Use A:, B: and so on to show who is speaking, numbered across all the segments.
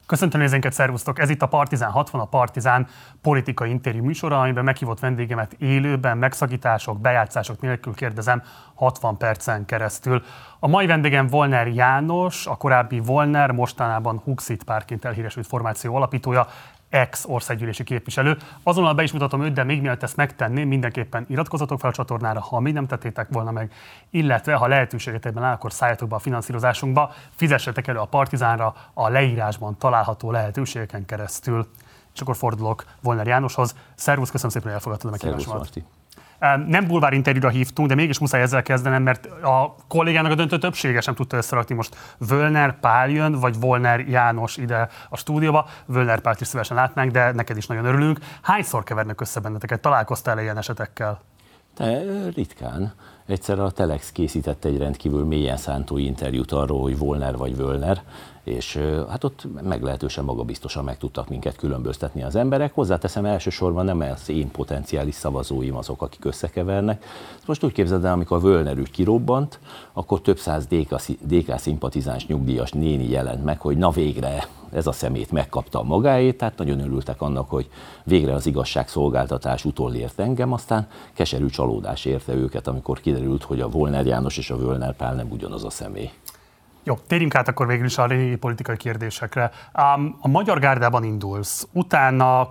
A: Köszöntöm nézőinket, szervusztok! Ez itt a Partizán 60, a Partizán politikai interjú műsora, amiben meghívott vendégemet élőben, megszakítások, bejátszások nélkül kérdezem 60 percen keresztül. A mai vendégem Wollner János, a korábbi Wollner, mostanában Huxit pártként elhíresült formáció alapítója, ex-országgyűlési képviselő. Azonnal be is mutatom őt, de még mielőtt ezt megtenném, mindenképpen iratkozzatok fel a csatornára, ha még nem tettétek volna meg, illetve ha lehetőségetekben áll, akkor szálljatok be a finanszírozásunkba, fizessetek elő a Partizánra a leírásban található lehetőségeken keresztül. És akkor fordulok Wollner Jánoshoz. Szervusz, köszönöm szépen, hogy elfogadtad a meghívásomat. Nem bulvár interjúra hívtunk, de mégis muszáj ezzel kezdenem, mert a kollégának a döntő többsége sem tudta összerakni most Wollner Pál jön, vagy Wollner János ide a stúdióba. Wollner Pált is szívesen látnánk, de neked is nagyon örülünk. Hányszor kevernek össze benneteket? Találkoztál ilyen esetekkel?
B: Ritkán. Egyszer a Telex készített egy rendkívül mélyen szántó interjút arról, hogy Wollner vagy Wollner, és hát ott meglehetősen magabiztosan meg tudtak minket különböztetni az emberek. Hozzáteszem, elsősorban nem az én potenciális szavazóim azok, akik összekevernek. Most úgy képzeld el, amikor a Wollner ügy kirobbant, akkor több száz DK szimpatizáns nyugdíjas néni jelent meg, hogy na végre ez a szemét megkapta magáét, tehát nagyon örültek annak, hogy végre az igazságszolgáltatás utolért engem, aztán keserű csalódás érte őket, amikor kiderült, hogy a Wollner János és a Wollner Pál nem ugyanaz a személy.
A: Jó, térjünk át akkor végül is a régi politikai kérdésekre. A Magyar Gárdában indulsz, utána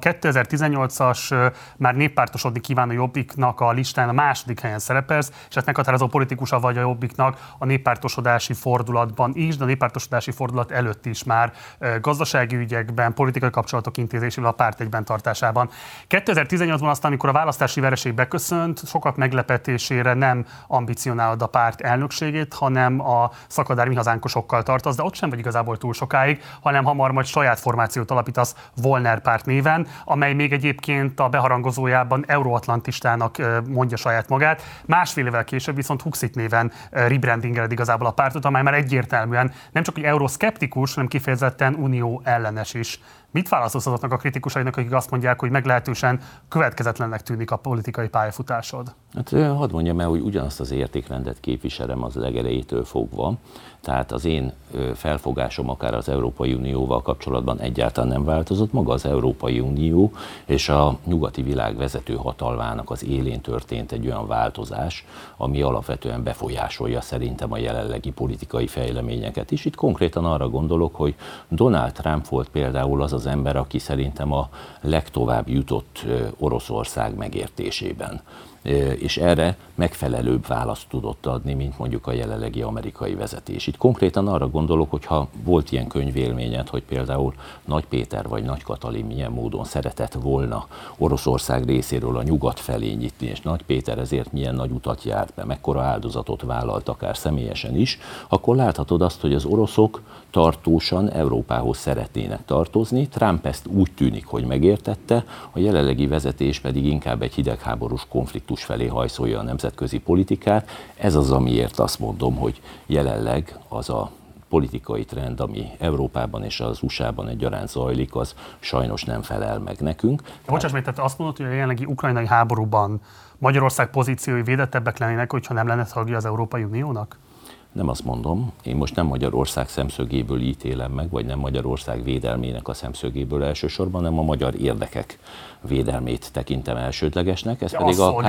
A: 2018-as már néppártosodni kívánó Jobbiknak a listán a második helyen szerepelsz, és hát meghatározó politikusa vagy a Jobbiknak a néppártosodási fordulatban is, de a néppártosodási fordulat előtt is már gazdasági ügyekben, politikai kapcsolatok intézésével, a párt egyben tartásában. 2018-ban aztán, amikor a választási vereség beköszönt, sokak meglepetésére nem ambicionálod a párt elnökségét, hanem a Szakadár mi hazánkosokkal tartasz, de ott sem vagy igazából túl sokáig, hanem hamar majd saját formációt alapítasz Wollner Párt néven, amely még egyébként a beharangozójában euróatlantistának mondja saját magát. Másfél évvel később viszont Huxit néven rebrandingeled igazából a pártot, amely már egyértelműen nem csak egy euroszkeptikus, hanem kifejezetten unió ellenes is. Mit válaszolsz azoknak a kritikusainak, akik azt mondják, hogy meglehetősen következetlennek tűnik a politikai pályafutásod?
B: Hát hadd mondjam el, hogy ugyanazt az értékrendet képviselem az legelejétől fogva, tehát az én felfogásom akár az Európai Unióval kapcsolatban egyáltalán nem változott. Maga az Európai Unió és a nyugati világ vezető hatalmának az élén történt egy olyan változás, ami alapvetően befolyásolja szerintem a jelenlegi politikai fejleményeket is. Itt konkrétan arra gondolok, hogy Donald Trump volt például az ember, aki szerintem a legtovább jutott Oroszország megértésében. És erre megfelelőbb választ tudott adni, mint mondjuk a jelenlegi amerikai vezetés. Itt konkrétan arra gondolok, hogy ha volt ilyen könyvélményed, hogy például Nagy Péter vagy Nagy Katalin milyen módon szeretett volna Oroszország részéről a nyugat felé nyitni, és Nagy Péter ezért milyen nagy utat járt be, mekkora áldozatot vállalt akár személyesen is, akkor láthatod azt, hogy az oroszok tartósan Európához szeretnének tartozni. Trump ezt úgy tűnik, hogy megértette, a jelenlegi vezetés pedig inkább egy hidegháborús konfliktus felé hajszolja a nemzetközi politikát. Ez az, amiért azt mondom, hogy jelenleg az a politikai trend, ami Európában és az USA-ban egyaránt zajlik, az sajnos nem felel meg nekünk.
A: Bocsáss meg, tehát azt mondod, hogy a jelenlegi ukrajnai háborúban Magyarország pozíciói védettebbek lennének, hogyha nem lenne tagja az Európai Uniónak?
B: Nem azt mondom, én most nem Magyarország szemszögéből ítélem meg, vagy nem Magyarország védelmének a szemszögéből elsősorban, hanem a magyar érdekek védelmét tekintem elsődlegesnek, ez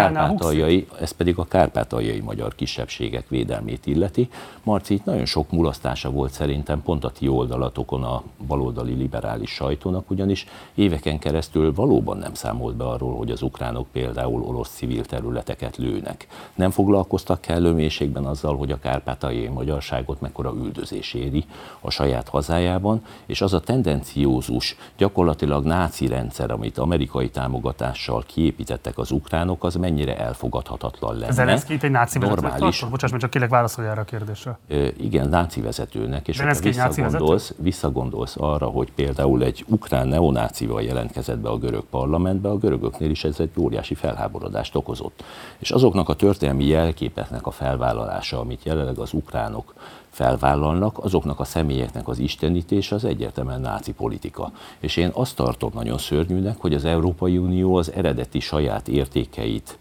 B: pedig a kárpátaljai magyar kisebbségek védelmét illeti. Marci, itt nagyon sok mulasztása volt szerintem pont a ti oldalatokon a baloldali liberális sajtónak, ugyanis éveken keresztül valóban nem számolt be arról, hogy az ukránok például orosz civil területeket lőnek. Nem foglalkoztak kellő mélységben azzal, hogy a kárpátaljai magyarságot mekkora üldözés éri a saját hazájában, és az a tendenciózus, gyakorlatilag náci rendszer, amit amerikai támogatással kiépítettek az ukránok, az mennyire elfogadhatatlan lenne.
A: Zelenszky itt egy náci vezetőt tartott? Bocsáss, csak kérlek válaszolj erre a kérdésre.
B: Igen, náci vezetőnek, és ha visszagondolsz arra, hogy például egy ukrán neonácival jelentkezett be a görög parlamentbe, a görögöknél is ez egy óriási felháborodást okozott. És azoknak a történelmi jelképeknek a felvállalása, amit jelenleg az ukránok felvállalnak, azoknak a személyeknek az istenítése az egyértelműen náci politika. És én azt tartom nagyon szörnyűnek, hogy az Európai Unió az eredeti saját értékeit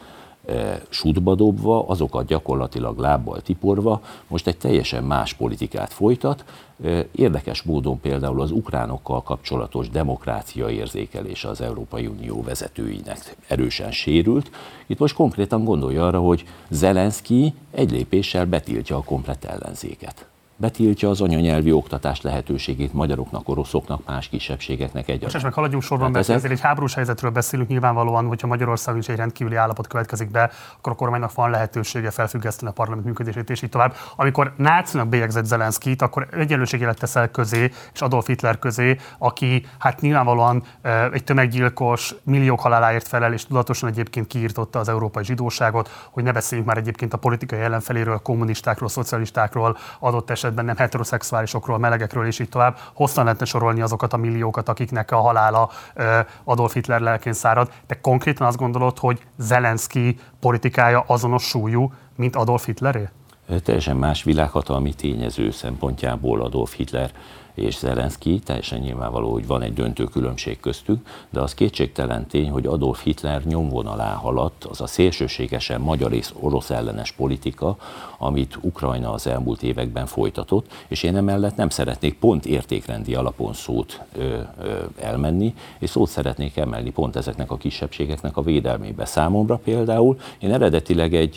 B: sútba dobva, azokat gyakorlatilag lábbal tiporva, most egy teljesen más politikát folytat. Érdekes módon például az ukránokkal kapcsolatos demokrácia érzékelése az Európai Unió vezetőinek erősen sérült. Itt most konkrétan gondolja arra, hogy Zelenszky egy lépéssel betiltja a komplett ellenzéket. Betiltja az anyanyelvi oktatás lehetőségét magyaroknak, oroszoknak, más kisebbségeknek egyaránt.
A: Most meg haladjunk sorban, mert ezért egy háborús helyzetről beszélünk, nyilvánvalóan, hogyha Magyarországon is egy rendkívüli állapot következik be, akkor a kormánynak van lehetősége felfüggeszteni a parlament működését, és így tovább. Amikor nácinak bélyegzett Zelenszkyt, akkor egyenlőségjelet teszel közé, és Adolf Hitler közé, aki hát nyilvánvalóan egy tömeggyilkos, milliók haláláért felel, és tudatosan egyébként kiirtotta az európai zsidóságot, hogy ne beszéljünk már egyébként a politikai ellenfeléről, kommunistákról, szocialistákról, adott esetben nem heteroszexuálisokról, melegekről és így tovább. Hosszan lehetne sorolni azokat a milliókat, akiknek a halála Adolf Hitler lelkén szárad. De konkrétan azt gondolod, hogy Zelenszky politikája azonos súlyú, mint Adolf Hitleré?
B: Teljesen más világhatalmi tényező szempontjából Adolf Hitler és Zelenszky, teljesen nyilvánvaló, hogy van egy döntő különbség köztük, de az kétségtelen tény, hogy Adolf Hitler nyomvonalán haladt az a szélsőségesen magyar és orosz ellenes politika, amit Ukrajna az elmúlt években folytatott, és én emellett nem szeretnék pont értékrendi alapon szót elmenni, és szót szeretnék emelni pont ezeknek a kisebbségeknek a védelmébe. Számomra például én eredetileg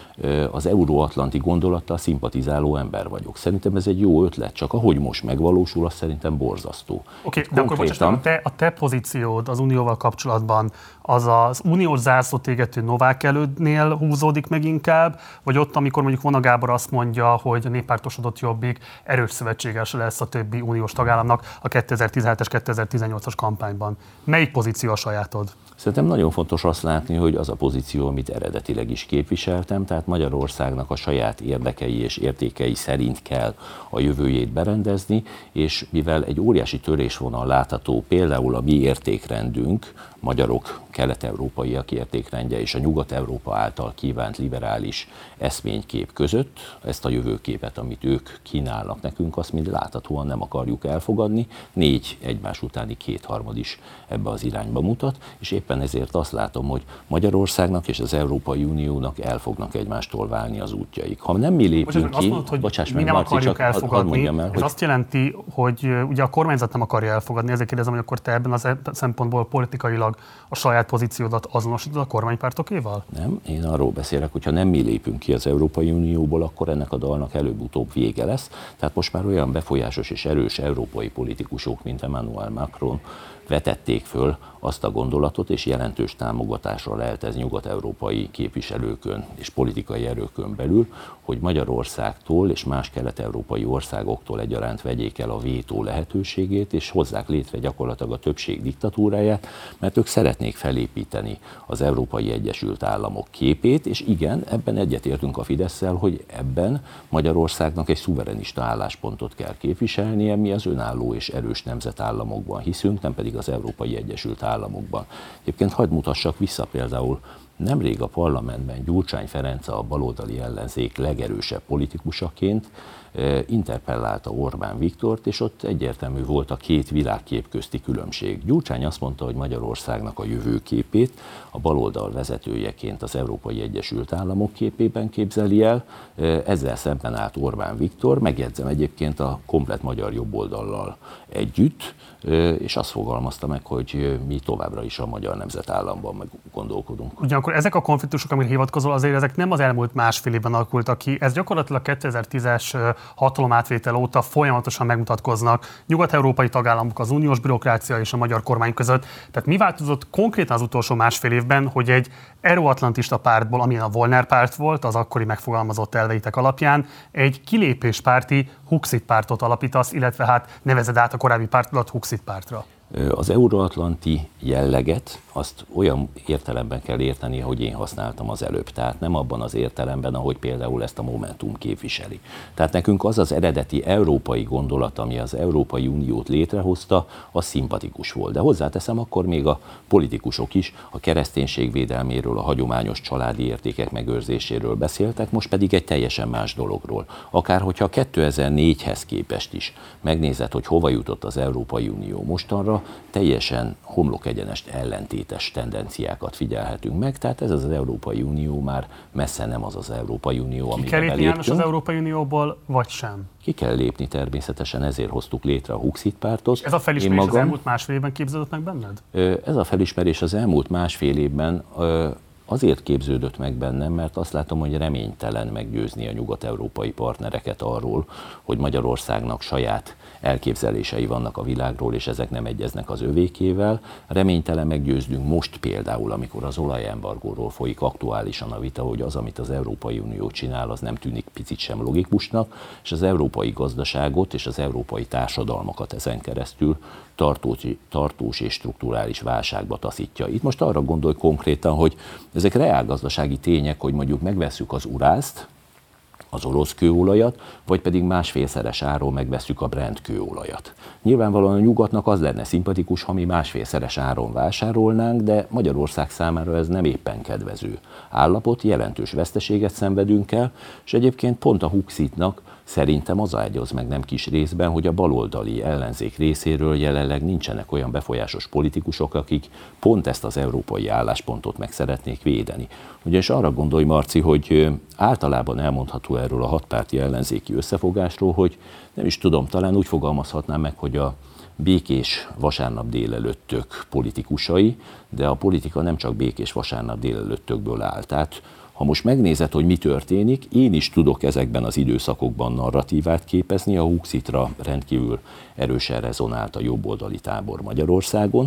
B: az euróatlanti gondolattal szimpatizáló ember vagyok. Szerintem ez egy jó ötlet, csak ahogy most megvalósul, az szerintem borzasztó.
A: Oké, de akkor bocsánat, a te pozíciód az unióval kapcsolatban az az uniós zászlót égető Novák elődnél húzódik meg inkább, vagy ott, amikor mondjuk Vona Gábor azt mondja, hogy a néppártosodott Jobbik erős szövetséges lesz a többi uniós tagállamnak a 2017-es, 2018-as kampányban. Melyik pozíció a sajátod?
B: Szerintem nagyon fontos azt látni, hogy az a pozíció, amit eredetileg is képviseltem, tehát Magyarországnak a saját érdekei és értékei szerint kell a jövőjét berendezni, és mivel egy óriási törésvonal látható például a mi értékrendünk, magyarok, kelet-európaiak értékrendje és a Nyugat-Európa által kívánt liberális eszménykép között, ezt a jövőképet, amit ők kínálnak nekünk, azt mind láthatóan nem akarjuk elfogadni. 4 egymás utáni kétharmad is ebbe az irányba mutat, és éppen ezért azt látom, hogy Magyarországnak és az Európai Uniónak el fognak egymástól válni az útjaik. Ha nem mi lépünk ki,
A: mondod, hogy mi nem akarjuk elfogadni, ez azt jelenti, hogy ugye a kormányzat nem akarja elfogadni, ezért kérdezem, hogy akkor te ebben a szempontból politikailag a saját pozíciódat azonosítod a kormánypártokéval? Nem,
B: én arról beszélek, hogy ha nem mi lépünk ki az Európai Unióból, akkor ennek a dalnak előbb-utóbb vége lesz. Tehát most már olyan befolyásos és erős európai politikusok, mint Emmanuel Macron vetették föl azt a gondolatot, és jelentős támogatásra lehet ez nyugat-európai képviselőkön és politikai erőkön belül, hogy Magyarországtól és más kelet-európai országoktól egyaránt vegyék el a vétó lehetőségét, és hozzák létre gyakorlatilag a többség diktatúráját, mert ők szeretnék felépíteni az Európai Egyesült Államok képét, és igen, ebben egyetértünk a Fidesszel, hogy ebben Magyarországnak egy szuverenista álláspontot kell képviselnie, mi az önálló és erős nemzetállamokban hiszünk, nem pedig az Európai Egyesült Államokban. Egyébként hadd mutassak vissza például, nemrég a parlamentben Gyurcsány Ferenc, a baloldali ellenzék legerősebb politikusaként interpellálta Orbán Viktort, és ott egyértelmű volt a két világkép közti különbség. Gyurcsány azt mondta, hogy Magyarországnak a jövőképét a baloldal vezetőjeként az Európai Egyesült Államok képében képzeli el, ezzel szemben állt Orbán Viktor, megjegyzem egyébként a komplett magyar jobboldallal együtt, és azt fogalmazta meg, hogy mi továbbra is a magyar nemzetállamban meg gondolkodunk.
A: Ugyanakkor ezek a konfliktusok, amire hivatkozol, azért ezek nem az elmúlt másfél évben alakultak ki, ez gyakorlatilag 2010-es hatalomátvétel óta folyamatosan megmutatkoznak nyugat-európai tagállamok, az uniós bürokrácia és a magyar kormány között. Tehát mi változott konkrétan az utolsó másfél évben, hogy egy euroatlantista pártból, amilyen a Volner párt volt, az akkori megfogalmazott elveitek alapján, egy kilépéspárti Huxit pártot alapítasz, illetve hát nevezed át a korábbi pártodat Huxit pártra.
B: Az euróatlanti jelleget azt olyan értelemben kell érteni, ahogy én használtam az előbb. Tehát nem abban az értelemben, ahogy például ezt a Momentum képviseli. Tehát nekünk az az eredeti európai gondolat, ami az Európai Uniót létrehozta, az szimpatikus volt. De hozzáteszem, akkor még a politikusok is a kereszténység védelméről, a hagyományos családi értékek megőrzéséről beszéltek, most pedig egy teljesen más dologról. Akár hogyha 2004-hez képest is megnézed, hogy hova jutott az Európai Unió mostanra, pillanatra teljesen homlokegyenest ellentétes tendenciákat figyelhetünk meg, tehát ez az Európai Unió már messze nem az Európai Unió, amiben beléptünk. Ki kell lépni János
A: az Európai Unióból, vagy sem?
B: Ki kell lépni természetesen, ezért hoztuk létre a Huxit pártot.
A: És ez a felismerés az elmúlt másfél évben képződött meg benned?
B: Ez a felismerés az elmúlt másfél évben azért képződött meg bennem, mert azt látom, hogy reménytelen meggyőzni a nyugat-európai partnereket arról, hogy Magyarországnak saját elképzelései vannak a világról, és ezek nem egyeznek az övékével. Reménytelen meggyőznünk most például, amikor az olajembargóról folyik aktuálisan a vita, hogy az, amit az Európai Unió csinál, az nem tűnik picit sem logikusnak, és az európai gazdaságot és az európai társadalmakat ezen keresztül tartós és strukturális válságba taszítja. Itt most arra gondolj konkrétan, hogy ezek reálgazdasági tények, hogy mondjuk megvesszük az urászt, az orosz kőolajat, vagy pedig másfélszeres áron megvesszük a Brent kőolajat. Nyilvánvalóan a nyugatnak az lenne szimpatikus, ha mi másfélszeres áron vásárolnánk, de Magyarország számára ez nem éppen kedvező állapot, jelentős veszteséget szenvedünk el, és egyébként pont a Huxitnak szerintem az ágyoz meg nem kis részben, hogy a baloldali ellenzék részéről jelenleg nincsenek olyan befolyásos politikusok, akik pont ezt az európai álláspontot meg szeretnék védeni. Ugyanis arra gondolj, Marci, hogy általában elmondható erről a hatpárti ellenzéki összefogásról, hogy nem is tudom, talán úgy fogalmazhatnám meg, hogy a békés vasárnap délelőttök politikusai, de a politika nem csak békés vasárnap délelőttökből áll. Tehát ha most megnézed, hogy mi történik, én is tudok ezekben az időszakokban narratívát képezni, a Huxitra rendkívül erősen rezonált a jobboldali tábor Magyarországon.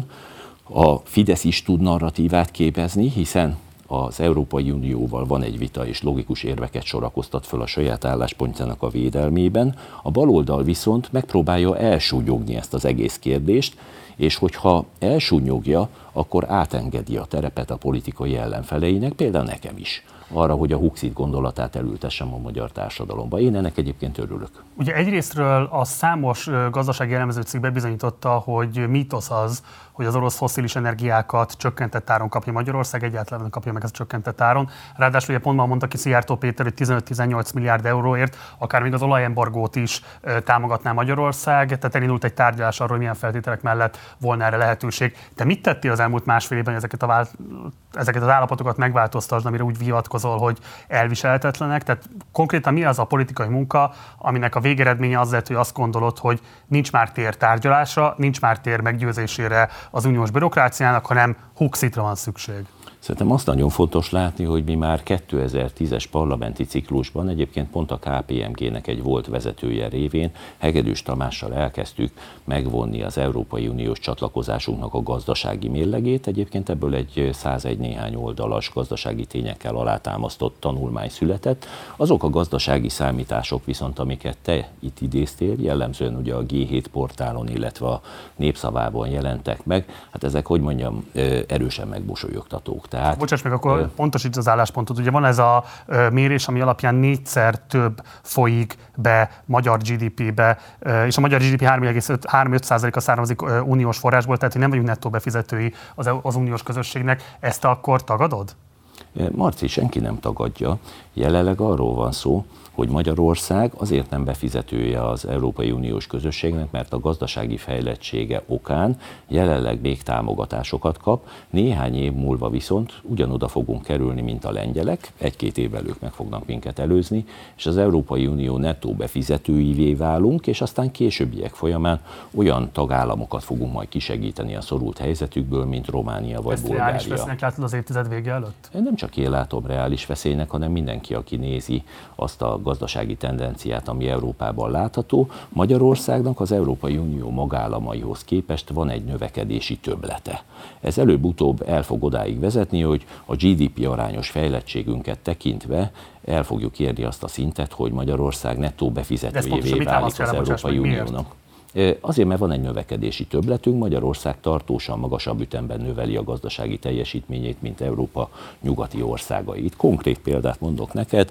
B: A Fidesz is tud narratívát képezni, hiszen az Európai Unióval van egy vita, és logikus érveket sorakoztat föl a saját álláspontjának a védelmében. A baloldal viszont megpróbálja elsúnyogni ezt az egész kérdést, és hogyha elsúnyogja, akkor átengedi a terepet a politikai ellenfeleinek, például nekem is, arra, hogy a Huxit gondolatát elültessem a magyar társadalomba. Én ennek egyébként örülök.
A: Ugye egyrésztről a számos gazdasági elemző cikk bebizonyította, hogy mítosz az, hogy az orosz fosszilis energiákat csökkentett áron kapja Magyarország, egyáltalán nem kapja meg ezt csökkentett áron. Ráadásul ugye pont ma mondta ki Szijjártó Péter, hogy 15-18 milliárd euróért akár még az olajembargót is támogatná Magyarország, tehát elindult egy tárgyalás arról, hogy milyen feltételek mellett volna erre lehetőség. Te mit tettél az elmúlt másfél évben, hogy ezeket az állapotokat megváltoztasd, amire úgy hivatkozol, hogy elviselhetetlenek? Tehát konkrétan mi az a politikai munka, aminek a végeredménye az lett, hogy azt gondolod, hogy nincs már tér tárgyalásra, nincs már tér meggyőzésére az uniós bürokráciának, hanem Huxitra van szükség?
B: Szerintem azt nagyon fontos látni, hogy mi már 2010-es parlamenti ciklusban, egyébként pont a KPMG-nek egy volt vezetője révén Hegedűs Tamással elkezdtük megvonni az Európai Uniós csatlakozásunknak a gazdasági mérlegét. Egyébként ebből egy 101 néhány oldalas gazdasági tényekkel alátámasztott tanulmány született. Azok a gazdasági számítások viszont, amiket te itt idéztél, jellemzően ugye a G7 portálon, illetve a Népszavában jelentek meg, hát ezek, hogy mondjam, erősen megmosolyogtatók. Tehát,
A: bocsáss meg, akkor pontosítsd az álláspontot. Ugye van ez a mérés, ami alapján 4-szer több folyik be magyar GDP-be, és a magyar GDP 3,5%-a származik uniós forrásból, tehát hogy nem vagyunk nettó befizetői az uniós közösségnek. Ezt akkor tagadod?
B: Marci, senki nem tagadja. Jelenleg arról van szó, hogy Magyarország azért nem befizetője az Európai Uniós közösségnek, mert a gazdasági fejlettsége okán jelenleg még támogatásokat kap. Néhány év múlva viszont ugyanoda fogunk kerülni, mint a lengyelek, 1-2 évvel ők meg fognak minket előzni, és az Európai Unió nettó befizetőivé válunk, és aztán későbbiek folyamán olyan tagállamokat fogunk majd kisegíteni a szorult helyzetükből, mint Románia vagy Bulgária.
A: Ezt reális veszélynek látod az évtized vége előtt?
B: Én nem csak én látom reális veszélynek, hanem mindenki, aki nézi azt a gazdasági tendenciát, ami Európában látható. Magyarországnak az Európai Unió magállamaihoz képest van egy növekedési többlete. Ez előbb-utóbb el fog odáig vezetni, hogy a GDP arányos fejlettségünket tekintve el fogjuk érni azt a szintet, hogy Magyarország nettó befizetőjévé válik az Európai Uniónak. Azért, mert van egy növekedési többletünk, Magyarország tartósan magasabb ütemben növeli a gazdasági teljesítményét, mint Európa nyugati országai. Itt konkrét példát mondok neked,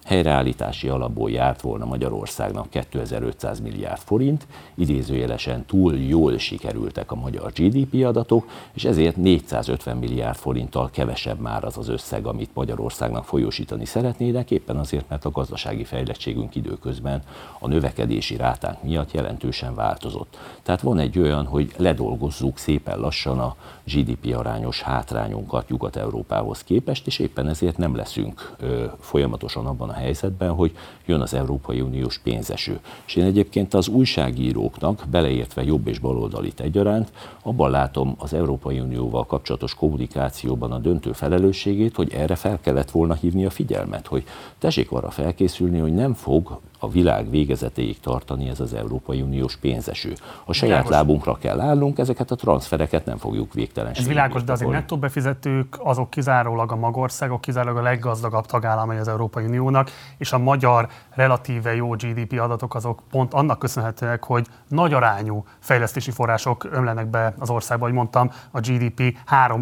B: helyreállítási alapból járt volna Magyarországnak 2500 milliárd forint, idézőjelesen túl jól sikerültek a magyar GDP adatok, és ezért 450 milliárd forinttal kevesebb már az az összeg, amit Magyarországnak folyósítani szeretnének, éppen azért, mert a gazdasági fejlettségünk időközben a növekedési rátánk miatt jelentősen változott. Tehát van egy olyan, hogy ledolgozzuk szépen lassan a GDP arányos hátrányunkat Nyugat-Európához képest, és éppen ezért nem leszünk folyamatosan abban a helyzetben, hogy jön az Európai Uniós pénzeső. És én egyébként az újságíróknak, beleértve jobb és baloldalit egyaránt, abban látom az Európai Unióval kapcsolatos kommunikációban a döntő felelősségét, hogy erre fel kellett volna hívni a figyelmet, hogy tessék arra felkészülni, hogy nem fog a világ végezetéig tartani ez az Európai Uniós pénzeső. A saját lábunkra kell állnunk, ezeket a transfereket nem fogjuk végtelenségig.
A: Ez világos, de azért nettó befizetők azok kizárólag a magországok, kizárólag a leggazdagabb tagállamai az Európai Uniónak, és a magyar relatíve jó GDP adatok azok pont annak köszönhetőek, hogy nagy arányú fejlesztési források ömlenek be az országba, hogy mondtam, a GDP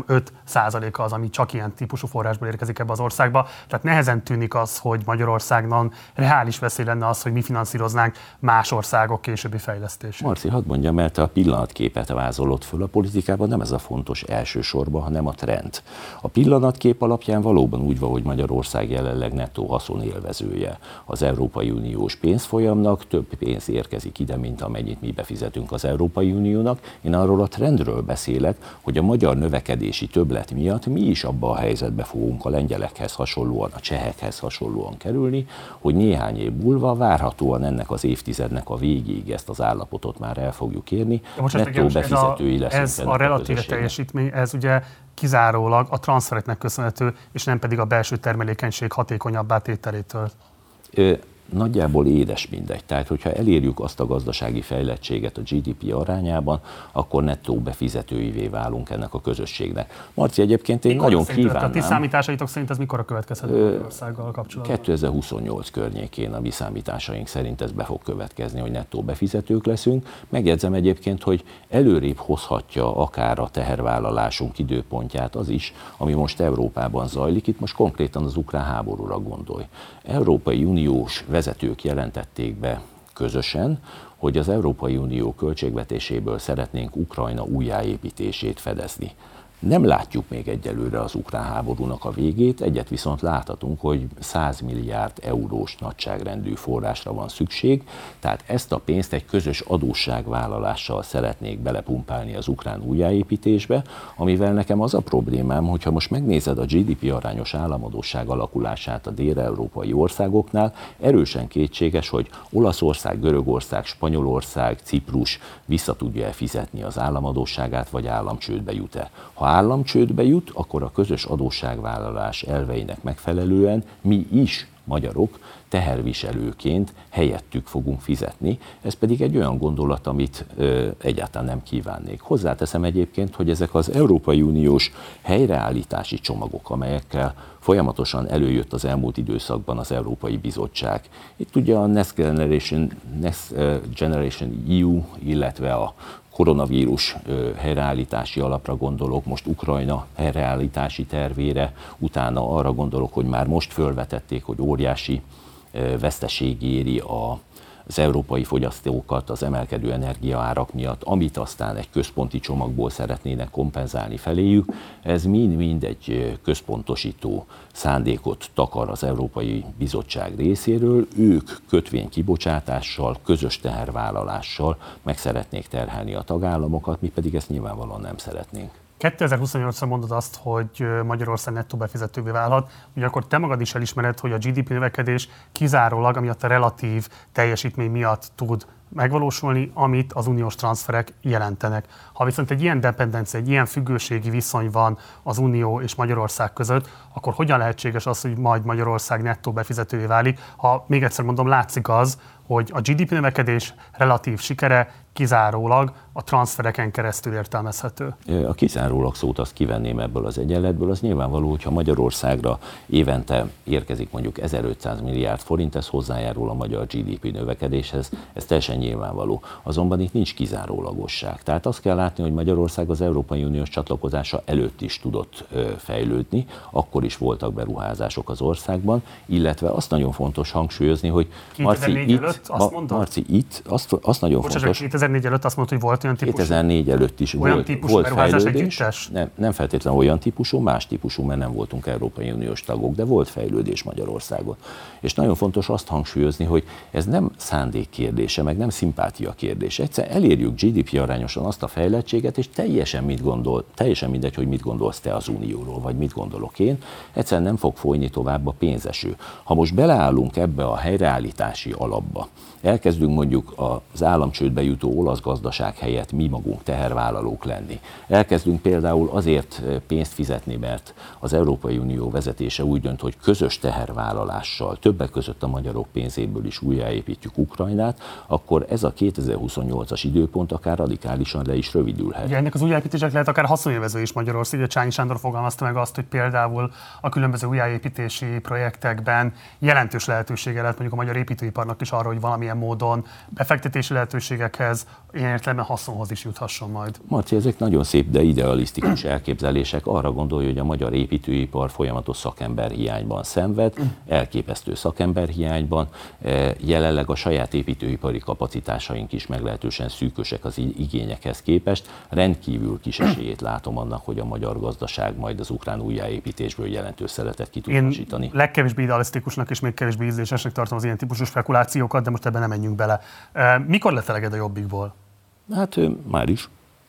A: 3-5% az, ami csak ilyen típusú forrásból érkezik ebbe az országba. Tehát nehezen tűnik az, hogy Magyarországon reális veszély lenne az, hogy mi finanszíroznánk más országok későbbi fejlesztését.
B: Marci, hadd mondjam, mert a pillanatképet vázolott föl a politikában, nem ez a fontos elsősorban, hanem a trend. A pillanatkép alapján valóban úgy van, hogy Magyarország jelenleg nettó haszonélvezője az Európai Uniós pénzfolyamnak, több pénz érkezik ide, mint amennyit mi befizetünk az Európai Uniónak. Én arról a trendről beszélek, hogy a magyar növekedési többlet miatt mi is abba a helyzetbe fogunk a lengyelekhez hasonlóan, a csehekhez hasonlóan kerülni, hogy néhány év múlva várhatóan ennek az évtizednek a végéig ezt az állapotot már el fogjuk érni. Nettó befizetői leszünk.
A: Ez a relatíve teljesítmény, ez ugye kizárólag a transfereknek köszönhető, és nem pedig a belső termelékenység hatékonyabbá tételétől.
B: Nagyjából édes mindegy. Tehát, hogyha elérjük azt a gazdasági fejlettséget a GDP arányában, akkor nettó befizetőivé válunk ennek a közösségnek. Marci, egyébként én nagyon kívánnám.
A: A ti számításaitok szerint ez mikor a következő országgal kapcsolatban?
B: 2028 környékén a mi számításaink szerint ez be fog következni, hogy nettó befizetők leszünk. Megjegyzem egyébként, hogy előrébb hozhatja akár a tehervállalásunk időpontját az is, ami most Európában zajlik. Itt most konkrétan az ukrán háborúra gondolj. Európai Uniós vezetők jelentették be közösen, hogy az Európai Unió költségvetéséből szeretnénk Ukrajna újjáépítését fedezni. Nem látjuk még egyelőre az ukrán háborúnak a végét, egyet viszont láthatunk, hogy 100 milliárd eurós nagyságrendű forrásra van szükség, tehát ezt a pénzt egy közös adósságvállalással szeretnék belepumpálni az ukrán újjáépítésbe, amivel nekem az a problémám, hogyha most megnézed a GDP arányos államadósság alakulását a dél-európai országoknál, erősen kétséges, hogy Olaszország, Görögország, Spanyolország, Ciprus vissza tudja fizetni az államadósságát, vagy államcsődbe jut-e. Ha államcsődbe jut, akkor a közös adósságvállalás elveinek megfelelően mi is, magyarok, teherviselőként helyettük fogunk fizetni. Ez pedig egy olyan gondolat, amit egyáltalán nem kívánnék. Hozzáteszem egyébként, hogy ezek az Európai Uniós helyreállítási csomagok, amelyekkel folyamatosan előjött az elmúlt időszakban az Európai Bizottság. Itt ugye a Next Generation EU, illetve a koronavírus helyreállítási alapra gondolok, most Ukrajna helyreállítási tervére, utána arra gondolok, hogy már most fölvetették, hogy óriási veszteség éri az európai fogyasztókat az emelkedő energiaárak miatt, amit aztán egy központi csomagból szeretnének kompenzálni feléjük. Ez mind egy központosító szándékot takar az Európai Bizottság részéről. Ők kötvénykibocsátással, közös tehervállalással meg szeretnék terhelni a tagállamokat, mi pedig ezt nyilvánvalóan nem szeretnénk.
A: 2028-ra mondod azt, hogy Magyarország nettó befizetővé válhat, ugye akkor te magad is elismered, hogy a GDP növekedés kizárólag amiatt a relatív teljesítmény miatt tud megvalósulni, amit az uniós transferek jelentenek. Ha viszont egy ilyen dependencia, egy ilyen függőségi viszony van az Unió és Magyarország között, akkor hogyan lehetséges az, hogy majd Magyarország nettó befizetővé válik, ha még egyszer mondom, látszik az, hogy a GDP növekedés relatív sikere kizárólag a transfereken keresztül értelmezhető?
B: A kizárólag szót azt kivenném ebből az egyenletből. Az nyilvánvaló, hogyha Magyarországra évente érkezik mondjuk 1500 milliárd forint, ez hozzájárul a magyar GDP növekedéshez, ez teljesen nyilvánvaló. Azonban itt nincs kizárólagosság. Tehát azt kell látni, hogy Magyarország az Európai Uniós csatlakozása előtt is tudott fejlődni, akkor is voltak beruházások az országban, illetve azt nagyon fontos hangsúlyozni, hogy Marci, azt nagyon fontos.
A: 2004 előtt azt mondta, hogy volt olyan típusú?
B: 2004 előtt is
A: volt
B: fejlődés. Nem feltétlenül olyan típusú, más típusú, mert nem voltunk Európai Uniós tagok, de volt fejlődés Magyarországon. És nagyon fontos azt hangsúlyozni, hogy ez nem szándék kérdése, meg nem szimpátia kérdése. Egyszer elérjük GDP arányosan azt a fejlettséget, és teljesen mindegy, hogy mit gondolsz te az Unióról, vagy mit gondolok én, egyszerűen nem fog folyni tovább a pénzeső. Ha most beleállunk ebbe a helyreállítási alapba, elkezdünk mondjuk az államcsődbe jutó olasz gazdaság helyett mi magunk tehervállalók lenni. Elkezdünk például azért pénzt fizetni, mert az Európai Unió vezetése úgy dönt, hogy közös tehervállalással, többek között a magyarok pénzéből is újjáépítjük Ukrajnát, akkor ez a 2028-as időpont akár radikálisan le is rövidülhet.
A: Ugye ennek az újjáépítések lehet akár haszonélvező is Magyarország. Ugye Csányi Sándor fogalmazta meg azt, hogy például a különböző újjáépítési projektekben jelentős lehetősége lehet mondjuk a magyar építőiparnak is arra, hogy valamilyen módon befektetési lehetőségekhez, ilyen értelemben haszonhoz is juthasson majd.
B: Marci, ezek nagyon szép, de idealisztikus elképzelések. Arra gondolja, hogy a magyar építőipar folyamatos szakemberhiányban szenved, elképesztő szakemberhiányban. Jelenleg a saját építőipari kapacitásaink is meglehetősen szűkösek az igényekhez képest. Rendkívül kis esélyét látom annak, hogy a magyar gazdaság majd az ukrán újjáépítésből jelentős szeretet ki tud hasítani.
A: Én legkevésbé idealisztikusnak és még kevésbé ízlésesnek tartom az ilyen típusú spekulációkat, de most ebben nem menjünk bele. Mikor lett eleged a Jobbikból?
B: Hát már is.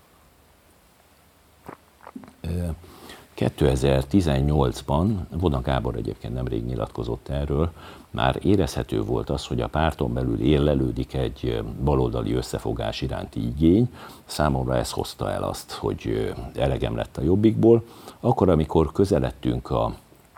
B: 2018-ban, Vona Gábor egyébként nemrég nyilatkozott erről, már érezhető volt az, hogy a párton belül érlelődik egy baloldali összefogás iránti igény. Számomra ez hozta el azt, hogy elegem lett a Jobbikból. Akkor, amikor közeledtünk a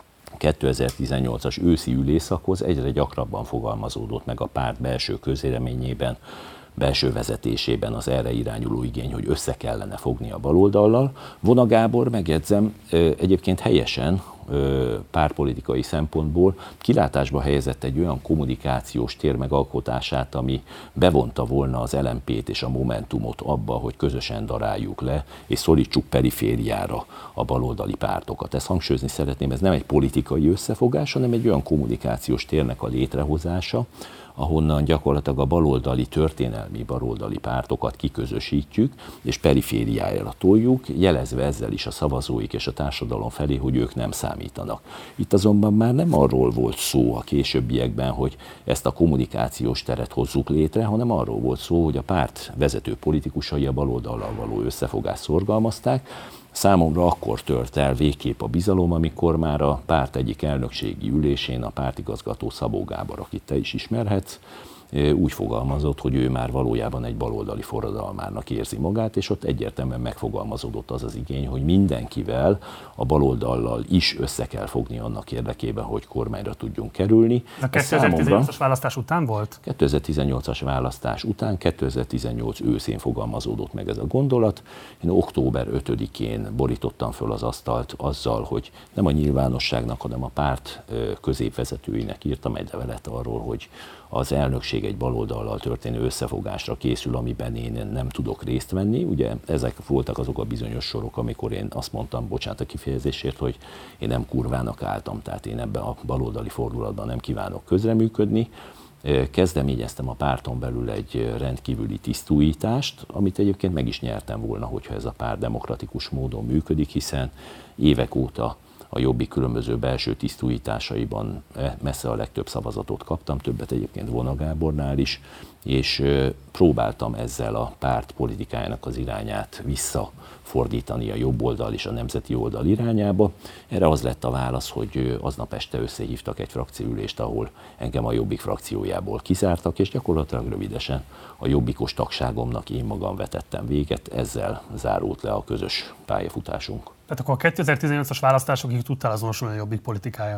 B: 2018-as őszi ülésszakhoz, egyre gyakrabban fogalmazódott meg a párt belső közvéleményében, belső vezetésében az erre irányuló igény, hogy össze kellene fogni a baloldallal. Vona Gábor, megjegyzem, egyébként helyesen pártpolitikai szempontból kilátásba helyezett egy olyan kommunikációs tér megalkotását, ami bevonta volna az LMP-t és a Momentumot abba, hogy közösen daráljuk le, és szorítsuk perifériára a baloldali pártokat. Ezt hangsúlyozni szeretném, ez nem egy politikai összefogás, hanem egy olyan kommunikációs térnek a létrehozása, ahonnan gyakorlatilag a baloldali, történelmi baloldali pártokat kiközösítjük, és perifériájára toljuk, jelezve ezzel is a szavazóik és a társadalom felé, hogy ők nem számítanak. Itt azonban már nem arról volt szó a későbbiekben, hogy ezt a kommunikációs teret hozzuk létre, hanem arról volt szó, hogy a párt vezető politikusai a baloldallal való összefogást szorgalmazták. Számomra akkor tört el végképp a bizalom, amikor már a párt egyik elnökségi ülésén a pártigazgató Szabó Gábor, akit te is ismerhetsz, úgy fogalmazott, hogy ő már valójában egy baloldali forradalmárnak érzi magát, és ott egyértelműen megfogalmazódott az az igény, hogy mindenkivel, a baloldallal is össze kell fogni annak érdekében, hogy kormányra tudjunk kerülni.
A: A 2018-as választás után volt?
B: 2018-as választás után, 2018 őszén fogalmazódott meg ez a gondolat. Én október 5-én borítottam föl az asztalt azzal, hogy nem a nyilvánosságnak, hanem a párt középvezetőinek írtam egy levelet arról, hogy az elnökség egy baloldallal történő összefogásra készül, amiben én nem tudok részt venni. Ugye ezek voltak azok a bizonyos sorok, amikor én azt mondtam, bocsánat a kifejezésért, hogy én nem kurvának álltam, tehát én ebben a baloldali fordulatban nem kívánok közreműködni. Kezdeményeztem a párton belül egy rendkívüli tisztújítást, amit egyébként meg is nyertem volna, hogyha ez a párt demokratikus módon működik, hiszen évek óta a Jobbik különböző belső tisztújításaiban messze a legtöbb szavazatot kaptam, többet egyébként Vona Gábornál is, és próbáltam ezzel a párt politikájának az irányát visszafordítani a jobb oldal és a nemzeti oldal irányába. Erre az lett a válasz, hogy aznap este összehívtak egy frakcióülést, ahol engem a Jobbik frakciójából kizártak, és gyakorlatilag rövidesen a jobbikos tagságomnak én magam vetettem véget, ezzel zárult le a közös pályafutásunk.
A: Tehát akkor a 2018-as választásokig tudtál azonosulni a Jobbik politikájával?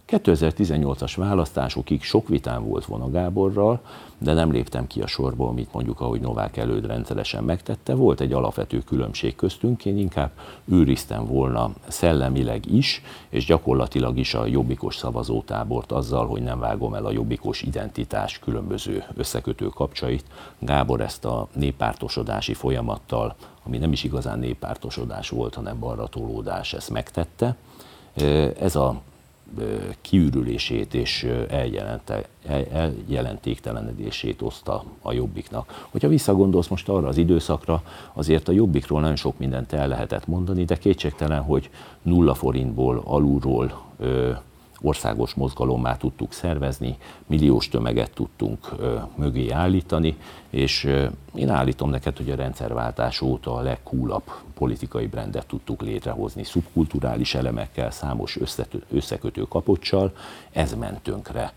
B: 2018-as választásokig sok vitám volt Vona Gáborral, de nem léptem ki a sorból, amit mondjuk, ahogy Novák Előd rendszeresen megtette. Volt egy alapvető különbség köztünk, én inkább őriztem volna szellemileg is, és gyakorlatilag is a jobbikos szavazótábort azzal, hogy nem vágom el a jobbikos identitás különböző összekötő kapcsait. Gábor ezt a néppártosodási folyamattal, ami nem is igazán néppártosodás volt, hanem balratolódás, ezt megtette. Ez a kiürülését és eljelentéktelenedését oszta a Jobbiknak. Hogyha visszagondolsz most arra az időszakra, azért a Jobbikról nagyon sok mindent el lehetett mondani, de kétségtelen, hogy 0 forintból, alulról országos mozgalommá tudtuk szervezni, milliós tömeget tudtunk mögé állítani, és én állítom neked, hogy a rendszerváltás óta a legcoolabb politikai brandet tudtuk létrehozni, szubkulturális elemekkel, számos összekötő kapoccsal, ez ment tönkre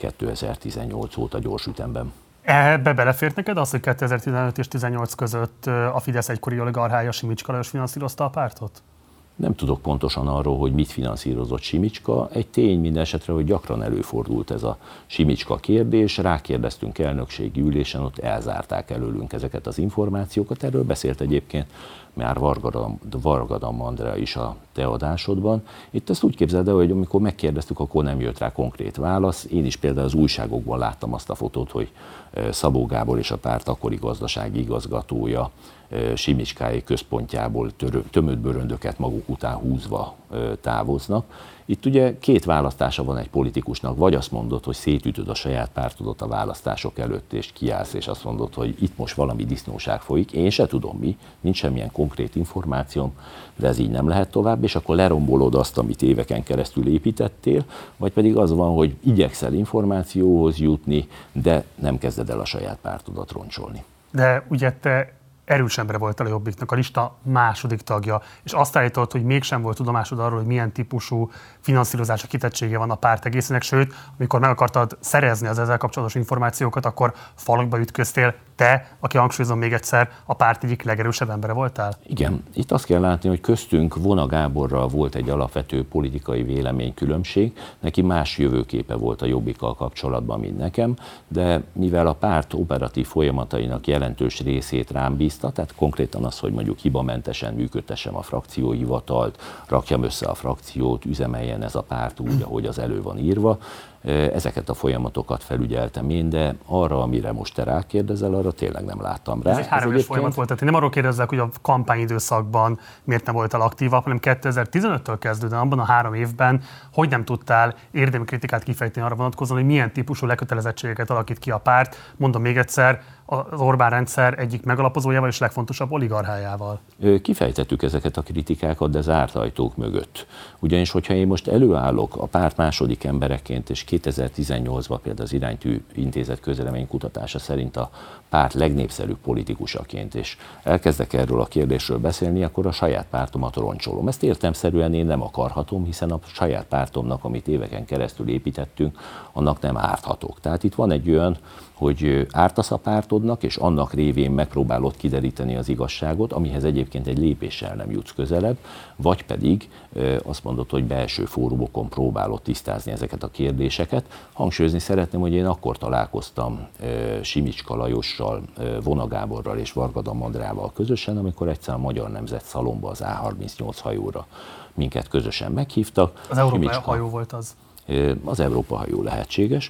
B: 2018 óta gyors ütemben.
A: Ebbe belefért neked az, hogy 2015 és 2018 között a Fidesz egykori oligarchája Simicska Lajos finanszírozta a pártot?
B: Nem tudok pontosan arról, hogy mit finanszírozott Simicska. Egy tény minden esetre, hogy gyakran előfordult ez a Simicska kérdés. Rákérdeztünk elnökségi ülésen, ott elzárták előlünk ezeket az információkat. Erről beszélt egyébként már Vargadam Andrea is a te adásodban. Itt ezt úgy képzeld el, hogy amikor megkérdeztük, akkor nem jött rá konkrét válasz. Én is például az újságokban láttam azt a fotót, hogy Szabó Gábor és a párt akkori gazdasági igazgatója Simicskái központjából tömött bőröndöket maguk után húzva távoznak. Itt ugye két választása van egy politikusnak, vagy azt mondod, hogy szétütöd a saját pártodat a választások előtt, és kiállsz, és azt mondod, hogy itt most valami disznóság folyik, én se tudom mi, nincs semmilyen konkrét információm, de ez így nem lehet tovább, és akkor lerombolod azt, amit éveken keresztül építettél, vagy pedig az van, hogy igyekszel információhoz jutni, de nem kezded el a saját pártodat roncsolni.
A: De ugye te erős ember voltál a Jobbiknak, a lista második tagja, és azt állított, hogy mégsem volt tudomásod arról, hogy milyen típusú finanszírozása kitettsége van a párt egészének, sőt, amikor meg akartad szerezni az ezzel kapcsolatos információkat, akkor falakba ütköztél. Te, aki hangsúlyozom még egyszer, a párt egyik legerősebb embere voltál?
B: Igen, itt azt kell látni, hogy köztünk Vona Gáborral volt egy alapvető politikai véleménykülönbség, neki más jövőképe volt a Jobbikkal kapcsolatban, mint nekem, de mivel a párt operatív folyamatainak jelentős részét rám bízta, tehát konkrétan az, hogy mondjuk hibamentesen működtessem a frakcióhivatalt, rakjam össze a frakciót, üzemeljen ez a párt úgy, ahogy az elő van írva, ezeket a folyamatokat felügyeltem én, de arra, amire most te rákérdezel, arra tényleg nem láttam rá.
A: Ez egy 3 éves folyamat volt, tehát én nem arról kérdezzek, hogy a kampányidőszakban miért nem voltál aktívabb, hanem 2015-től kezdődően, abban a 3 évben, hogy nem tudtál érdemi kritikát kifejteni arra vonatkozóan, hogy milyen típusú lekötelezettségeket alakít ki a párt. Mondom még egyszer, az Orbán rendszer egyik megalapozójával és legfontosabb oligarchájával.
B: Kifejtettük ezeket a kritikákat, de zárt ajtók mögött. Ugyanis, hogyha én most előállok a párt második embereként, és 2018-ban például az Iránytű Intézet közvéleménykutatása szerint a párt legnépszerűbb politikusaként, és elkezdek erről a kérdésről beszélni, akkor a saját pártomat roncsolom. Ezt értelemszerűen én nem akarhatom, hiszen a saját pártomnak, amit éveken keresztül építettünk, annak nem árthatok. Tehát itt van egy olyan, hogy ártasz a pártodnak, és annak révén megpróbálod kideríteni az igazságot, amihez egyébként egy lépéssel nem jutsz közelebb, vagy pedig azt mondod, hogy belső fórumokon próbálod tisztázni ezeket a kérdéseket. Hangsúlyozni szeretném, hogy én akkor találkoztam Simicska Lajossal, Vona Gáborral és Vargadam Andrával közösen, amikor egyszer a Magyar Nemzet Szalonba az A38 hajóra minket közösen meghívtak.
A: Az Európai hajó volt az?
B: Az Európa hajó lehetséges.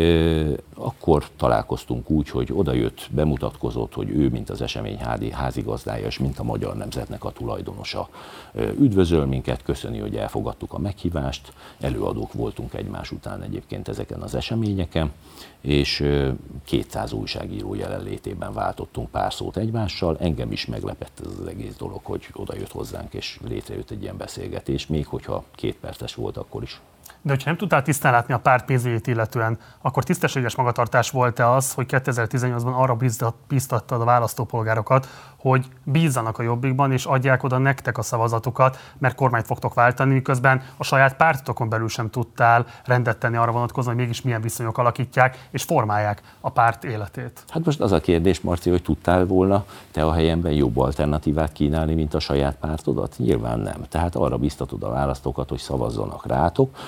B: Akkor találkoztunk úgy, hogy odajött, bemutatkozott, hogy ő, mint az esemény házigazdája, és mint a Magyar Nemzetnek a tulajdonosa. Üdvözöl minket, köszöni, hogy elfogadtuk a meghívást, előadók voltunk egymás után egyébként ezeken az eseményeken, és 200 újságíró jelenlétében váltottunk pár szót egymással. Engem is meglepett ez az egész dolog, hogy odajött hozzánk, és létrejött egy ilyen beszélgetés, még hogyha 2 perces volt akkor is.
A: De hogyha nem tudtál tisztán látni a párt pénzügyét illetően, akkor tisztességes magatartás volt-e az, hogy 2018-ban arra bíztattad a választópolgárokat, hogy bízzanak a Jobbikban és adják oda nektek a szavazatokat, mert kormányt fogtok váltani, miközben a saját pártotokon belül sem tudtál rendet tenni arra vonatkozóan, hogy mégis milyen viszonyok alakítják és formálják a párt életét.
B: Hát most az a kérdés, Marci, hogy tudtál volna te a helyemben jobb alternatívát kínálni, mint a saját pártodat? Nyilván nem. Tehát arra biztatod a választókat, hogy szavazzanak rátok,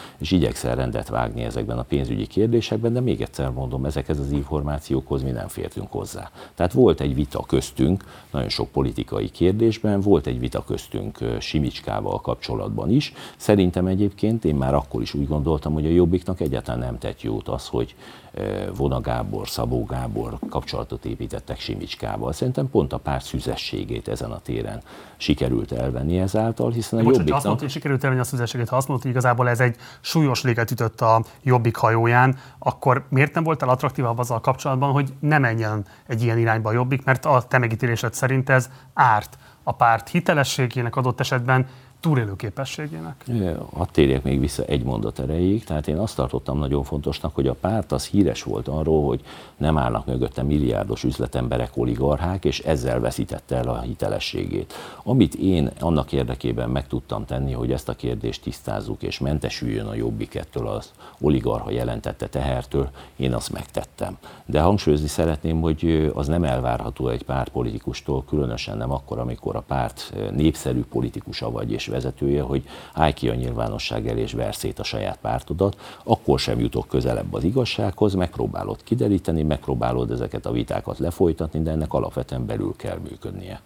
B: és igyekszel rendet vágni ezekben a pénzügyi kérdésekben, de még egyszer mondom, ezekhez az információkhoz mi nem fértünk hozzá. Tehát volt egy vita köztünk, nagyon sok politikai kérdésben, volt egy vita köztünk Simicskával kapcsolatban is. Szerintem egyébként én már akkor is úgy gondoltam, hogy a Jobbiknak egyáltalán nem tett jót az, hogy Vona Gábor, Szabó Gábor kapcsolatot építettek Simicskával. Szerintem pont a párt szüzességét ezen a téren sikerült elvenni ezáltal, hiszen a Jobbiknak...
A: Ha azt mondta, hogy sikerült elvenni a szüzességét, ha azt mondta, hogy igazából ez egy súlyos léget ütött a Jobbik hajóján, akkor miért nem voltál attraktívabb azzal kapcsolatban, hogy ne menjen egy ilyen irányba a Jobbik, mert a te megítélésed szerint ez árt a párt hitelességének, adott esetben túlélő képességének?
B: Hadd térjek még vissza egy mondat erejéig, tehát én azt tartottam nagyon fontosnak, hogy a párt az híres volt arról, hogy nem állnak mögötte milliárdos üzletemberek, oligarchák, és ezzel veszítette el a hitelességét. Amit én annak érdekében meg tudtam tenni, hogy ezt a kérdést tisztázzuk, és mentesüljön a Jobbik ettől az oligarcha jelentette tehertől, én azt megtettem. De hangsúlyozni szeretném, hogy az nem elvárható egy pártpolitikustól, különösen nem akkor, amikor a párt népszerű politikusa vagy és vezetője, hogy állj ki a nyilvánosság elé és verj szét a saját pártodat, akkor sem jutok közelebb az igazsághoz, megpróbálod kideríteni, megpróbálod ezeket a vitákat lefolytatni, de ennek alapvetően belül kell működnie.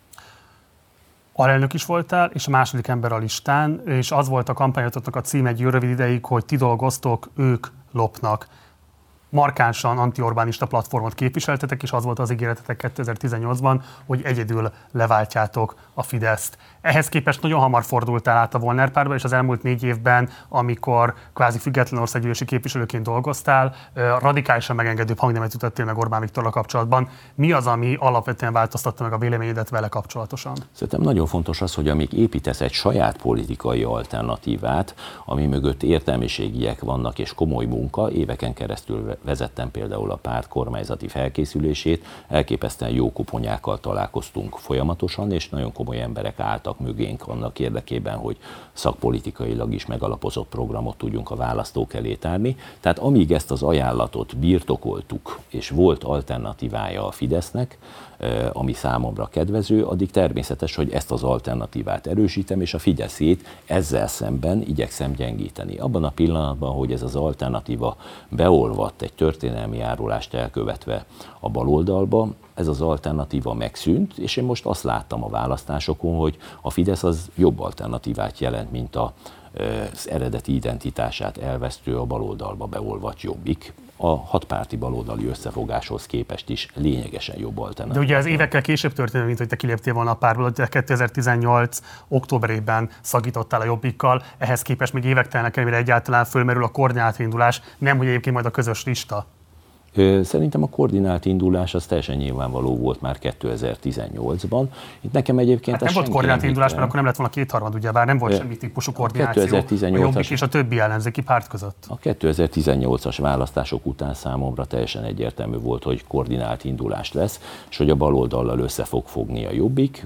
A: Alelnök is voltál, és a második ember a listán, és az volt a kampányotoknak a cím egy rövid ideig, hogy ti dolgoztok, ők lopnak. Markánsan anti-Orbánista platformot képviseltetek, és az volt az ígéretetek 2018-ban, hogy egyedül leváltjátok a Fideszt. Ehhez képest nagyon hamar fordultál át a Volner pártba, és az elmúlt 4 évben, amikor kvázi független országgyűlési képviselőként dolgoztál, radikálisan megengedőbb hangnemet ütöttél meg Orbán Viktorral kapcsolatban. Mi az, ami alapvetően változtatta meg a véleményedet vele kapcsolatosan?
B: Szerintem nagyon fontos az, hogy amíg építesz egy saját politikai alternatívát, ami mögött értelmiségiek vannak és komoly munka, éveken keresztül vezettem például a párt kormányzati felkészülését, elképesztően jó koponyákkal találkoztunk folyamatosan, és nagyon komoly emberek álltak mögénk annak érdekében, hogy szakpolitikailag is megalapozott programot tudjunk a választók elé tárni. Tehát amíg ezt az ajánlatot birtokoltuk, és volt alternatívája a Fidesznek, ami számomra kedvező, addig természetes, hogy ezt az alternatívát erősítem, és a Fideszét ezzel szemben igyekszem gyengíteni. Abban a pillanatban, hogy ez az alternatíva beolvadt egy történelmi járulást elkövetve a baloldalba, ez az alternatíva megszűnt, és én most azt láttam a választásokon, hogy a Fidesz az jobb alternatívát jelent, mint az eredeti identitását elvesztő, a baloldalba beolvadt Jobbik. A hatpárti baloldali összefogáshoz képest is lényegesen jobb alternatíva.
A: De ugye ez évekkel később történt, mint hogy te kiléptél volna a pártból, hogy 2018. októberében szakítottál a Jobbikkal, ehhez képest még évek telnek el, mire egyáltalán fölmerül a koordinált indulás, nem hogy egyébként majd a közös lista.
B: Szerintem a koordinált indulás az teljesen nyilvánvaló volt már 2018-ban. Itt nekem egyébként
A: nem volt koordinált indulás, mert akkor nem lett volna kétharmad, ugye, bár nem volt semmi típusú koordináció a Jobbik és a többi ellenzéki párt között.
B: A 2018-as választások után számomra teljesen egyértelmű volt, hogy koordinált indulás lesz, és hogy a baloldallal össze fog fogni a Jobbik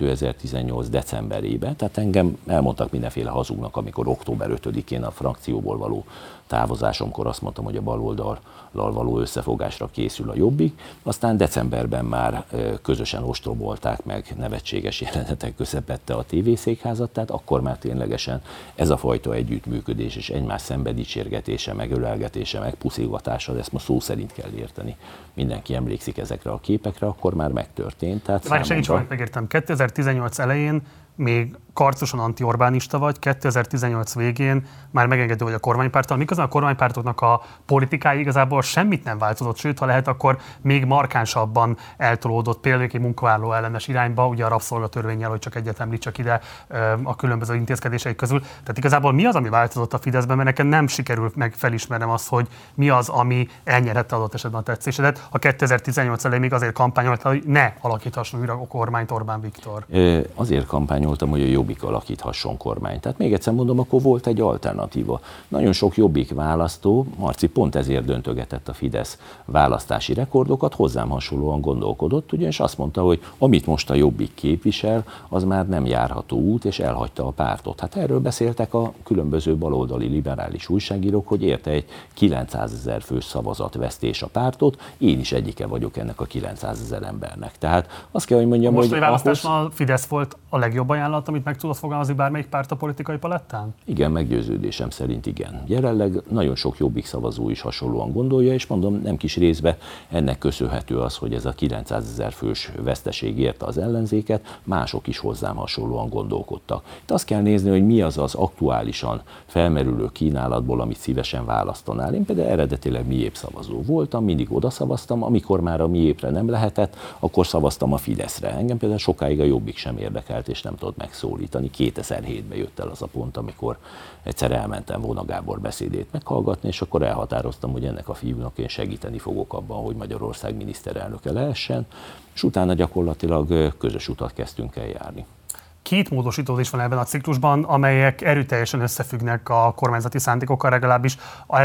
B: 2018 decemberében. Tehát engem elmondtak mindenféle hazugnak, amikor október 5-én a frakcióból való távozásomkor azt mondtam, hogy a baloldallal való összefogásra készül a Jobbik, aztán decemberben már közösen ostrobolták meg nevetséges jelenetek közepette a tévészékházat, tehát akkor már ténylegesen ez a fajta együttműködés és egymás szembe dicsérgetése, meg ölelgetése, meg puszilgatása, ezt ma szó szerint kell érteni. Mindenki emlékszik ezekre a képekre, akkor már megtörtént.
A: Várj, segíts, hogy megértem. 2018 elején még karcosan anti-Orbánista vagy, 2018 végén már megengedő vagy a kormánypárttal, miközben a kormánypártoknak a politikái igazából semmit nem változott, sőt, ha lehet, akkor még markánsabban eltolódott például egy munkavállaló ellenes irányba, ugye a rabszolgatörvénnyel, hogy csak egyet említsek ide a különböző intézkedéseik közül. Tehát igazából mi az, ami változott a Fideszben, mert nekem nem sikerült meg felismernem azt, hogy mi az, ami elnyerhette adott esetben a tetszésedet. A 2018 elején még azért kampányolta, hogy ne alakíthasson újra a kormányt Orbán Viktor.
B: Azért kampányoltam, hogy a Jobbik alakíthasson kormányt. Tehát még egyszer mondom, akkor volt egy alternatíva. Nagyon sok Jobbik választó, Marci pont ezért döntögetett a Fidesz választási rekordokat, hozzám hasonlóan gondolkodott, ugyanis azt mondta, hogy amit most a Jobbik képvisel, az már nem járható út, és elhagyta a pártot. Hát erről beszéltek a különböző baloldali liberális újságírók, hogy érte egy 900 000 fős szavazatvesztés a pártot, én is egyike vagyok ennek a 900 000 embernek. Tehát azt kell, hogy mondjam,
A: most
B: hogy
A: választáson a Fidesz volt a legjobb ajánlat, amit meg tudod fogalmazni bármelyik párt a politikai palettán?
B: Igen, meggyőződésem szerint igen. Jelenleg nagyon sok Jobbik szavazó is hasonlóan gondolja, és mondom, nem kis részben ennek köszönhető az, hogy ez a 900 000 fős veszteség érte az ellenzéket, mások is hozzám hasonlóan gondolkodtak. Itt azt kell nézni, hogy mi az az aktuálisan felmerülő kínálatból, amit szívesen választanál. Én például eredetileg miép szavazó voltam, mindig oda szavaztam, amikor már a miépre nem lehetett, akkor szavaztam a Fideszre. Engem például sokáig a Jobbik sem érdekelt, és nem tudott megszólítani. 2007-ben jött el az a pont, amikor egyszer elmentem Vona Gábor beszédét meghallgatni, és akkor elhatároztam, hogy ennek a fiúnak én segíteni fogok abban, hogy Magyarország miniszterelnöke lehessen, és utána gyakorlatilag közös utat kezdtünk el járni.
A: Két módosító is van ebben a ciklusban, amelyek erőteljesen összefüggnek a kormányzati szándékokkal, legalábbis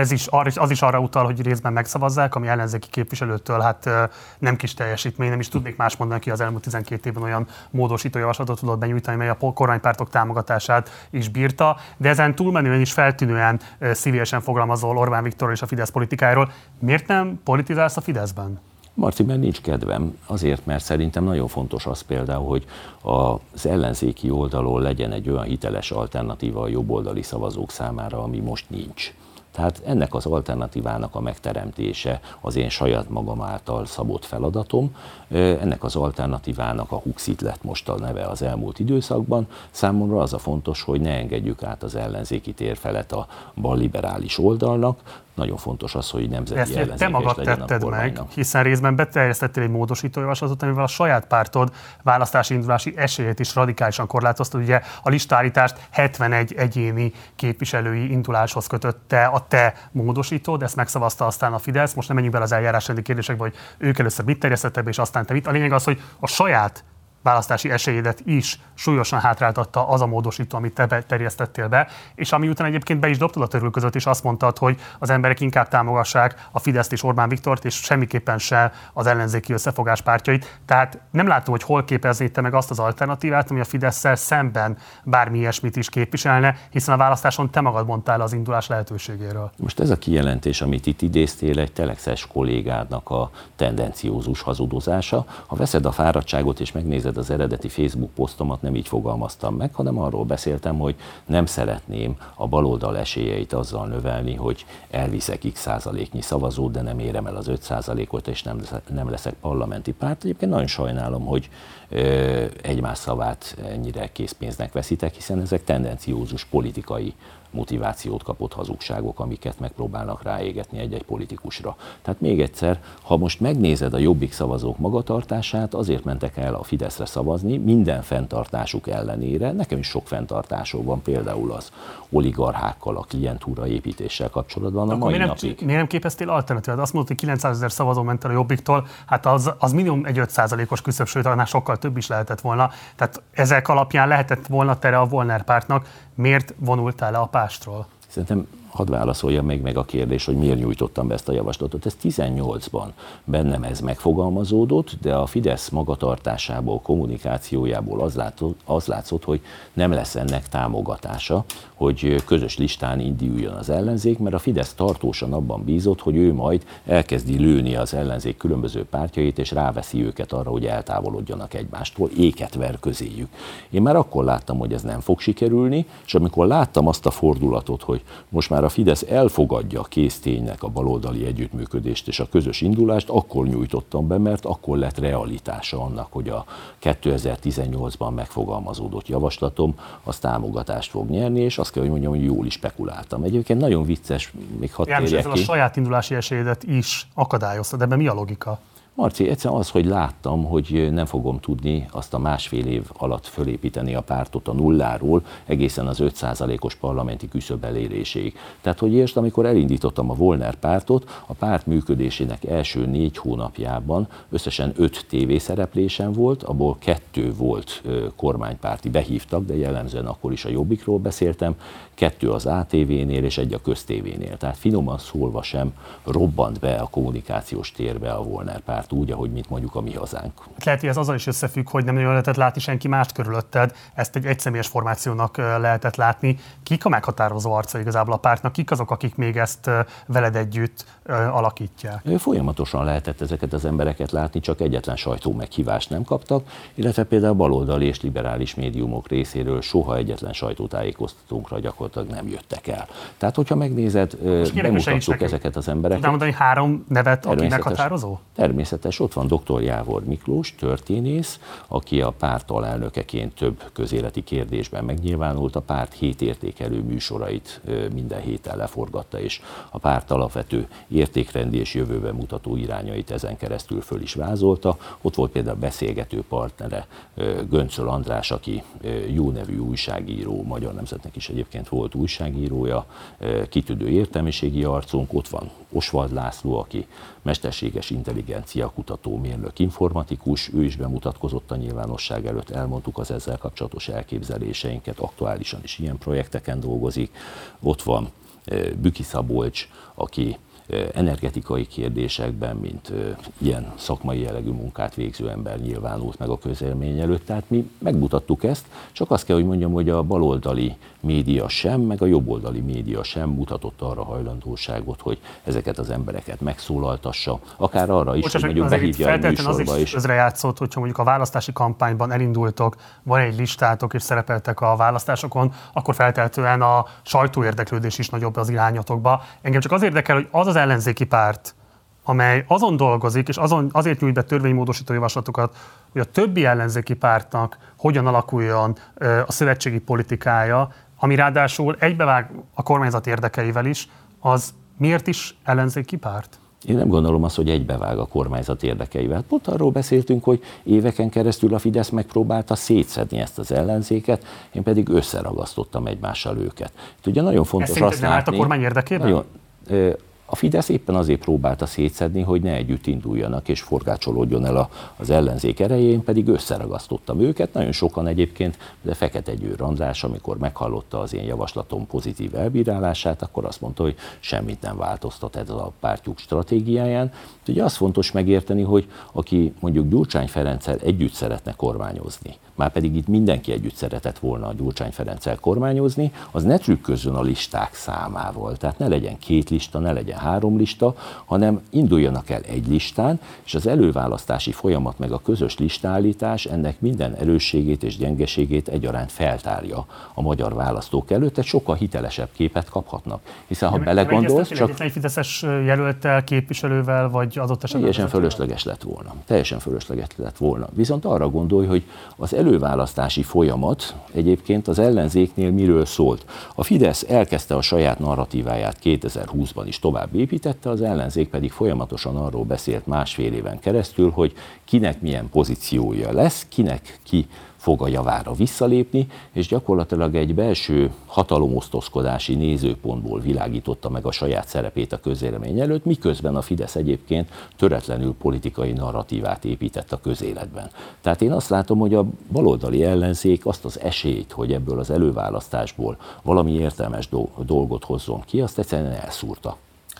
A: az is arra utal, hogy részben megszavazzák, ami ellenzéki képviselőtől hát nem kis teljesítmény, nem is tudnék más mondani, ki az elmúlt 12 évben olyan módosító javaslatot tudott benyújtani, mely a kormánypártok támogatását is bírta, de ezen túlmenően is feltűnően szívesen fogalmazol Orbán Viktorról és a Fidesz politikájáról. Miért nem politizálsz a Fideszben?
B: Marci, mert nincs kedvem. Azért, mert szerintem nagyon fontos az például, hogy az ellenzéki oldalon legyen egy olyan hiteles alternatíva a jobboldali szavazók számára, ami most nincs. Tehát ennek az alternatívának a megteremtése az én saját magam által szabott feladatom. Ennek az alternatívának a Huxit lett most a neve az elmúlt időszakban. Számomra az a fontos, hogy ne engedjük át az ellenzéki tér felett a balliberális oldalnak. Nagyon fontos az, hogy nemzeti ellenzékes legyen a kormánynak. Te magad tetted meg, hiszen részben beterjesztettél egy módosító javaslatot, amivel a saját pártod választási indulási esélyét is radikálisan korlátoztad. Ugye a listállítást 71 egyéni képviselői induláshoz kötötte a te módosítód, ezt megszavazta aztán a Fidesz. Most nem menjünk bele az eljárásrendi kérdésekbe, hogy ők először mit terjesztettek be, és aztán te mit. A lényeg az, hogy a saját választási esélyedet is súlyosan hátráltatta az a módosító, amit te terjesztettél be, és ami után egyébként be is dobtad a törül között, és azt mondtad, hogy az emberek inkább támogassák a Fideszt és Orbán Viktort, és semmiképpen se az ellenzéki összefogás pártjait. Tehát nem látom, hogy hol képeznéd te meg azt az alternatívát, ami a Fidesszel szemben bármi ilyesmit is képviselne, hiszen a választáson te magad mondtál az indulás lehetőségéről. Most ez a kijelentés, amit itt idéztél, egy telexes kollégádnak a tendenciózus hazudozása. Ha veszed a fáradtságot és megnézed az eredeti Facebook posztomat, nem így fogalmaztam meg, hanem arról beszéltem, hogy nem szeretném a baloldal esélyeit azzal növelni, hogy elviszek x százaléknyi szavazót, de nem érem el az 5%-ot, és nem leszek parlamenti párt. Egyébként nagyon sajnálom, hogy egymás szavát ennyire készpénznek veszitek, hiszen ezek tendenciózus politikai motivációt kapott hazugságok, amiket megpróbálnak ráégetni egy-egy politikusra. Tehát még egyszer, ha most megnézed a Jobbik szavazók magatartását, azért mentek el a Fideszre szavazni, minden fenntartásuk ellenére. Nekem is sok fenntartásom van, például az oligarchákkal, a klientúra építéssel kapcsolatban a mai napig.
A: Miért nem képeztél alternatívát? Azt mondod, hogy 900 000 szavazó ment el a Jobbiktól, hát az minimum egy 5%-os küszöb, sőt, annál sokkal több is lehetett volna. Tehát ezek alapján lehetett volna tere a Volner pártnak. Miért vonultál le a pástról?
B: Szerintem hadd válaszoljam meg a kérdés, hogy miért nyújtottam be ezt a javaslatot. Ez 18-ban bennem ez megfogalmazódott, de a Fidesz magatartásából, kommunikációjából az látszott, hogy nem lesz ennek támogatása, hogy közös listán induljon az ellenzék, mert a Fidesz tartósan abban bízott, hogy ő majd elkezdi lőni az ellenzék különböző pártjait, és ráveszi őket arra, hogy eltávolodjanak egymástól, éket ver közéjük. Én már akkor láttam, hogy ez nem fog sikerülni, és amikor láttam azt a fordulatot, hogy most már a Fidesz elfogadja készténynek a baloldali együttműködést és a közös indulást, akkor nyújtottam be, mert akkor lett realitása annak, hogy a 2018-ban megfogalmazódott javaslatom az támogatást fog nyerni, és azt kell, hogy mondjam, hogy jól is spekuláltam. Egyébként nagyon vicces, még hadd térjek ki.
A: A saját indulási esélyedet is akadályoztad, ebben mi a logika?
B: Marci, egyszerűen az, hogy láttam, hogy nem fogom tudni azt a másfél év alatt fölépíteni a pártot a nulláról egészen az 5%-os parlamenti küszöb eléréséig. Tehát, hogy értsd, amikor elindítottam a Volner pártot, a párt működésének első 4 hónapjában összesen 5 tévészereplésem volt, abból 2 volt kormánypárti, behívtak, de jellemzően akkor is a Jobbikról beszéltem, 2 az ATV-nél és 1 a köztévénél. Tehát finoman szólva sem robbant be a kommunikációs térbe a Volner párt párt úgy, ahogy mint mondjuk a Mi Hazánk.
A: Lehet, hogy ez azzal is összefügg, hogy nem nagyon lehetett látni senki mást körülötted, ezt egy egyszemélyes formációnak lehetett látni. Kik a meghatározó arca igazából a pártnak, kik azok, akik még ezt veled együtt alakítják?
B: Folyamatosan lehetett ezeket az embereket látni, csak egyetlen sajtó meghívást nem kaptak, illetve például baloldali és liberális médiumok részéről soha egyetlen sajtótájékoztatónkra gyakorlatilag nem jöttek el. Tehát, hogyha megnézed, bemutattuk ezeket az embereket.
A: Tudnál mondani 3 nevet, aki meghatározó?
B: Természetes, ott van dr. Jávor Miklós, történész, aki a párt alelnökeként több közéleti kérdésben megnyilvánult, a párt 7 értékelő műsorait minden héten leforgatta, és a párt alapvető értékrendi és jövőbe mutató irányait ezen keresztül föl is vázolta. Ott volt például beszélgető partnere Göncöl András, aki jó nevű újságíró, Magyar Nemzetnek is egyébként volt újságírója, kitűnő értelmiségi arcunk. Ott van Oswald László, aki mesterséges intelligencia kutató, mérnök, informatikus, ő is bemutatkozott a nyilvánosság előtt, elmondtuk az ezzel kapcsolatos elképzeléseinket, aktuálisan is ilyen projekteken dolgozik. Ott van Büki Szabolcs, aki energetikai kérdésekben, mint ilyen szakmai jellegű munkát végző ember nyilvánult meg a közélmény előtt. Tehát mi megmutattuk ezt, csak azt kell, hogy mondjam, hogy a baloldali média sem, meg a jobboldali média sem mutatott arra hajlandóságot, hogy ezeket az embereket megszólaltassa, akár arra is, hogy mondjuk behívja egy műsorba.
A: Az is közrejátszott, hogyha mondjuk a választási kampányban elindultok, van egy listátok és szerepeltek a választásokon, akkor feltétlenül a sajtóérdeklődés is nagyobb az irányatokba. Engem csak az érdekel, hogy az ellenzéki párt, amely azon dolgozik, és azért nyújt be törvénymódosító javaslatokat, hogy a többi ellenzéki pártnak hogyan alakuljon a szövetségi politikája, ami ráadásul egybevág a kormányzat érdekeivel is, az miért is ellenzéki párt?
B: Én nem gondolom azt, hogy egybevág a kormányzat érdekeivel. Pont arról beszéltünk, hogy éveken keresztül a Fidesz megpróbálta szétszedni ezt az ellenzéket, én pedig összeragasztottam egymással őket. Itt ugye nagyon fontos azt látni...
A: nem állt a kormány érdekében?
B: A Fidesz éppen azért próbálta szétszedni, hogy ne együtt induljanak és forgácsolódjon el az ellenzék erején, pedig összeragasztottam őket. Nagyon sokan egyébként, de Fekete Győr András, amikor meghallotta az én javaslatom pozitív elbírálását, akkor azt mondta, hogy semmit nem változtat ez a pártjuk stratégiáján. Ugye az fontos megérteni, hogy aki mondjuk Gyurcsány Ferenccel együtt szeretne kormányozni, már pedig itt mindenki együtt szeretett volna a Gyurcsány Ferenccel kormányozni, az ne trükközzön a listák számával. Tehát ne legyen 2 lista, ne legyen 3 lista, hanem induljanak el egy listán, és az előválasztási folyamat meg a közös listállítás ennek minden erősségét és gyengeségét egyaránt feltárja a magyar választók előtt, egy sokkal hitelesebb képet kaphatnak. Hiszen ha belegondolsz, csak...
A: egy fideszes jelölttel, képviselővel, vagy adott esetben...
B: Teljesen fölösleges lett volna. Teljesen fölösleges lett volna. Viszont arra gondolj, hogy az előválasztási folyamat egyébként az ellenzéknél miről szólt. A Fidesz elkezdte a saját narratíváját 2020-ban is tovább építette, az ellenzék pedig folyamatosan arról beszélt 1,5 éven keresztül, hogy kinek milyen pozíciója lesz, kinek ki fog a javára visszalépni, és gyakorlatilag egy belső hatalomosztozkodási nézőpontból világította meg a saját szerepét a közvélemény előtt, miközben a Fidesz egyébként töretlenül politikai narratívát épített a közéletben. Tehát én azt látom, hogy a baloldali ellenzék azt az esélyt, hogy ebből az előválasztásból valami értelmes dolgot hozzon ki, azt egyszerűen elszúrta.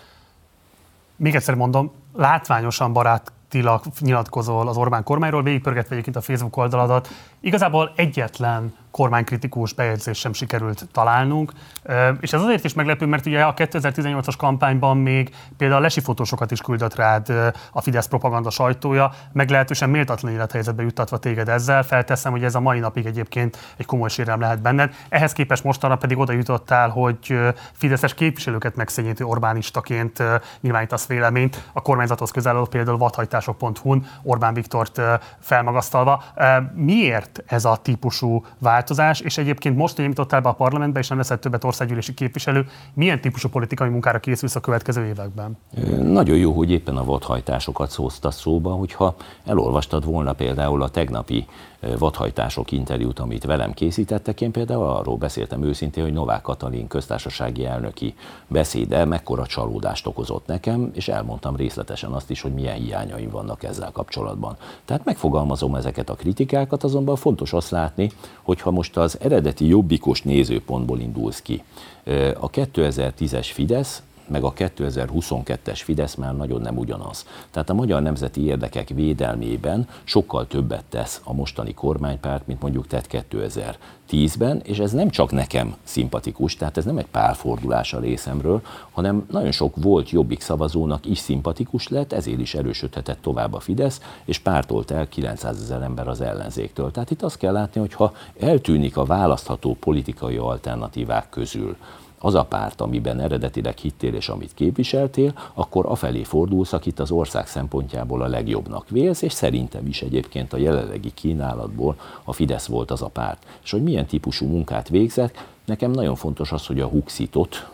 A: Még egyszer mondom, látványosan barátilag nyilatkozol az Orbán kormányról, végigpörgetve egyébként a Facebook oldaladat. Igazából egyetlen kormánykritikus bejegyzést sem sikerült találnunk, és ez azért is meglepő, mert ugye a 2018-as kampányban még például lesifotósokat is küldött rád a Fidesz propaganda sajtója, meglehetősen méltatlan élethelyzetbe juttatva téged ezzel. Felteszem, hogy ez a mai napig egyébként egy komoly sérelem lehet benned. Ehhez képest mostanra pedig oda jutottál, hogy fideszes képviselőket megszégyenítő Orbánistaként nyilvánítasz véleményt, a kormányzathoz közel álló például vadhajtások.hu-n Orbán Viktort felmagasztalva. Miért ez a típusú változás, és egyébként most, hogy jutottál be a parlamentbe, és nem leszel többet országgyűlési képviselő, milyen típusú politikai munkára készülsz a következő években?
B: Nagyon jó, hogy éppen a vadhajtásokat hoztad szóba, hogyha elolvastad volna például a tegnapi vadhajtások interjút, amit velem készítettek, én például arról beszéltem őszintén, hogy Novák Katalin köztársasági elnöki beszéde mekkora csalódást okozott nekem, és elmondtam részletesen azt is, hogy milyen hiányaim vannak ezzel kapcsolatban. Tehát megfogalmazom ezeket a kritikákat, azonban fontos azt látni, hogy ha most az eredeti jobbikos nézőpontból indulsz ki, a 2010-es Fidesz meg a 2022-es Fidesz már nagyon nem ugyanaz. Tehát a magyar nemzeti érdekek védelmében sokkal többet tesz a mostani kormánypárt, mint mondjuk tett 2010-ben, és ez nem csak nekem szimpatikus, tehát ez nem egy párfordulás a részemről, hanem nagyon sok volt Jobbik szavazónak is szimpatikus lett, ezért is erősödhetett tovább a Fidesz, és pártolt el 900 000 ember az ellenzéktől. Tehát itt azt kell látni, hogy ha eltűnik a választható politikai alternatívák közül az a párt, amiben eredetileg hittél és amit képviseltél, akkor afelé fordulsz, akit az ország szempontjából a legjobbnak vélsz, és szerintem is egyébként a jelenlegi kínálatból a Fidesz volt az a párt. És hogy milyen típusú munkát végzett, nekem nagyon fontos az, hogy a Huxitot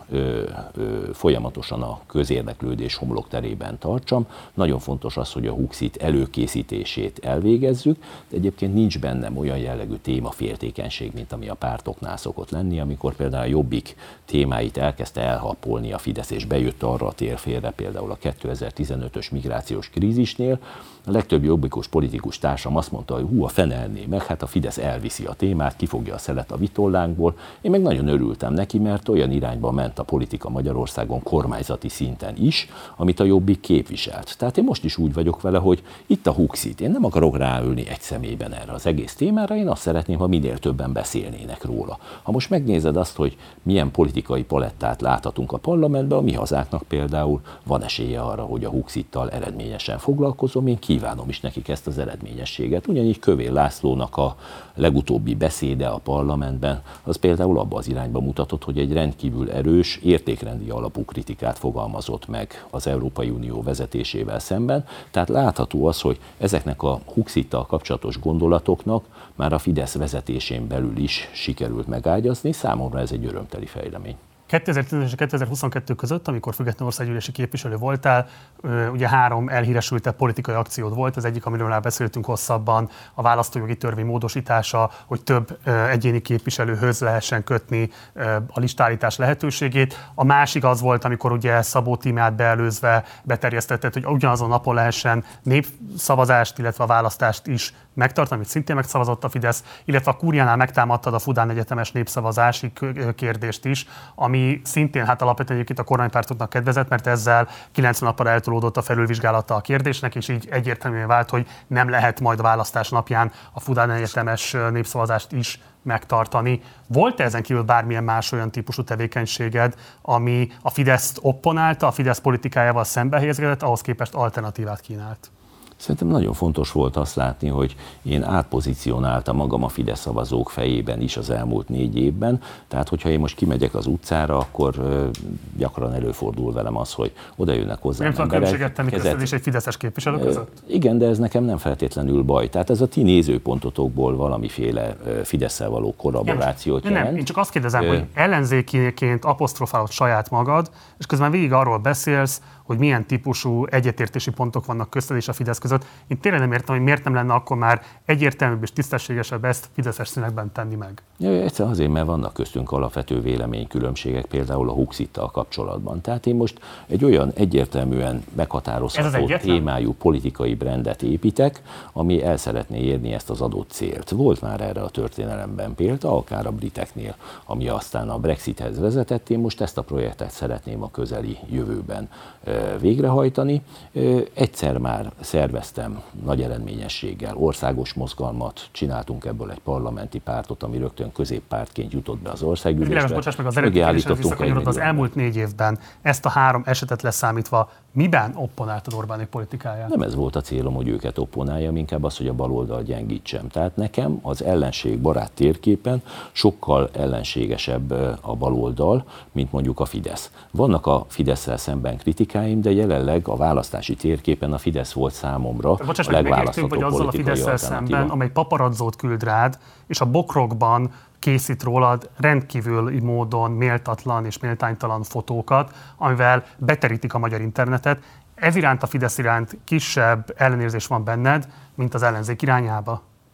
B: folyamatosan a közérdeklődés homlokterében tartsam. Nagyon fontos az, hogy a Huxit előkészítését elvégezzük, de egyébként nincs bennem olyan jellegű témaféltékenység, mint ami a pártoknál szokott lenni, amikor például a Jobbik témáit elkezdte elhappolni a Fidesz, és bejött arra a térfélre, például a 2015-ös migrációs krízisnél. A legtöbb jobbikos politikus társam azt mondta, hogy a fene enné meg, hát a Fidesz elviszi a témát, kifogja a szelet a vitollánkból. Én meg nagyon örültem neki, mert olyan irányba ment a politika Magyarországon kormányzati szinten is, amit a Jobbik képviselt. Tehát én most is úgy vagyok vele, hogy itt a Huxit, én nem akarok ráülni egy személyben erre az egész témára, én azt szeretném, ha minél többen beszélnének róla. Ha most megnézed azt, hogy milyen politikai palettát láthatunk a parlamentben, a mi hazáknak például van esélye arra, hogy a Huxittal eredményesen foglalkozom, én kívánom is nekik ezt az eredményességet. Ugyanígy Kövér Lászlónak a legutóbbi beszéde a parlamentben, az például abba az irányba mutatott, hogy egy rendkívül erős, értékrendi alapú kritikát fogalmazott meg az Európai Unió vezetésével szemben. Tehát látható az, hogy ezeknek a Huxittal kapcsolatos gondolatoknak már a Fidesz vezetésén belül is sikerült megágyazni. Számomra ez egy örömteli fejlemény.
A: 2010 és 2022 között, amikor független országgyűlési képviselő voltál, ugye 3 elhíresültebb politikai akciód volt. Az egyik, amiről már beszéltünk hosszabban, a választójogi törvény módosítása, hogy több egyéni képviselőhöz lehessen kötni a listállítás lehetőségét. A másik az volt, amikor ugye Szabó Tímeát beelőzve beterjesztetted, hogy ugyanazon napon lehessen népszavazást, illetve a választást is megtartani, amit szintén megszavazott a Fidesz, illetve a Kúriánál megtámadtad a Fudán Egyetemes népszavazási kérdést is, ami szintén hát alapvetően egyébként a kormánypártoknak kedvezett, mert ezzel 90 nappal eltolódott a felülvizsgálata a kérdésnek, és így egyértelműen vált, hogy nem lehet majd a választás napján a Fudán Egyetemes népszavazást is megtartani. Volt-e ezen kívül bármilyen más olyan típusú tevékenységed, ami a Fideszt opponálta, a Fidesz politikájával szembe helyezkedett, ahhoz képest alternatívát kínált?
B: Szerintem nagyon fontos volt azt látni, hogy én átpozícionáltam magam a Fidesz szavazók fejében is az elmúlt 4 évben. Tehát, hogyha én most kimegyek az utcára, akkor gyakran előfordul velem az, hogy oda jönnek hozzám emberek.
A: Nem tudom különbséget tenni közted és egy fideszes képviselő között?
B: Igen, de ez nekem nem feltétlenül baj. Tehát ez a ti nézőpontotokból valamiféle Fidesszel való kollaborációt jelent.
A: Nem, én csak azt kérdezem, hogy ellenzékiként apostrofálod saját magad, és közben végig arról beszélsz, hogy milyen típusú egyetértési pontok vannak közted és a Fidesz között. Én tényleg nem értem, hogy miért nem lenne akkor már egyértelműbb és tisztességesebb ezt fideszes színekben tenni meg.
B: Egyszerűen azért, mert vannak köztünk alapvető véleménykülönbségek, például a Huxittal kapcsolatban. Tehát én most egy olyan egyértelműen meghatározható témájú politikai brandet építek, ami el szeretné érni ezt az adott célt. Volt már erre a történelemben példa, akár a briteknél, ami aztán a Brexithez vezetett. Én most ezt a projektet szeretném a közeli jövőben végrehajtani. Egyszer már szerveztem nagy eredményességgel országos mozgalmat, csináltunk ebből egy parlamenti pártot, ami rögtön középpártként jutott be az országgyűlésbe.
A: Bocsáss meg, az eredményességre az elmúlt 4 évben ezt a 3 esetet leszámítva miben opponáltad Orbánék politikáját?
B: Nem ez volt a célom, hogy őket opponáljam, inkább az, hogy a baloldal gyengítsem. Tehát nekem az ellenség barát térképen sokkal ellenségesebb a baloldal, mint mondjuk a Fidesz. Vannak a Fidesszel szemben kritikáim, de jelenleg a választási térképen a Fidesz volt számomra a legválaszthatóbb politikai
A: azzal a Fidesszel szemben, amely paparazzót küld rád, és a bokrokban készít rólad rendkívüli módon méltatlan és méltánytalan fotókat, amivel beterítik a magyar internetet. Ez iránt a Fidesz iránt kisebb ellenérzés van benned, mint az ellenzék irányába?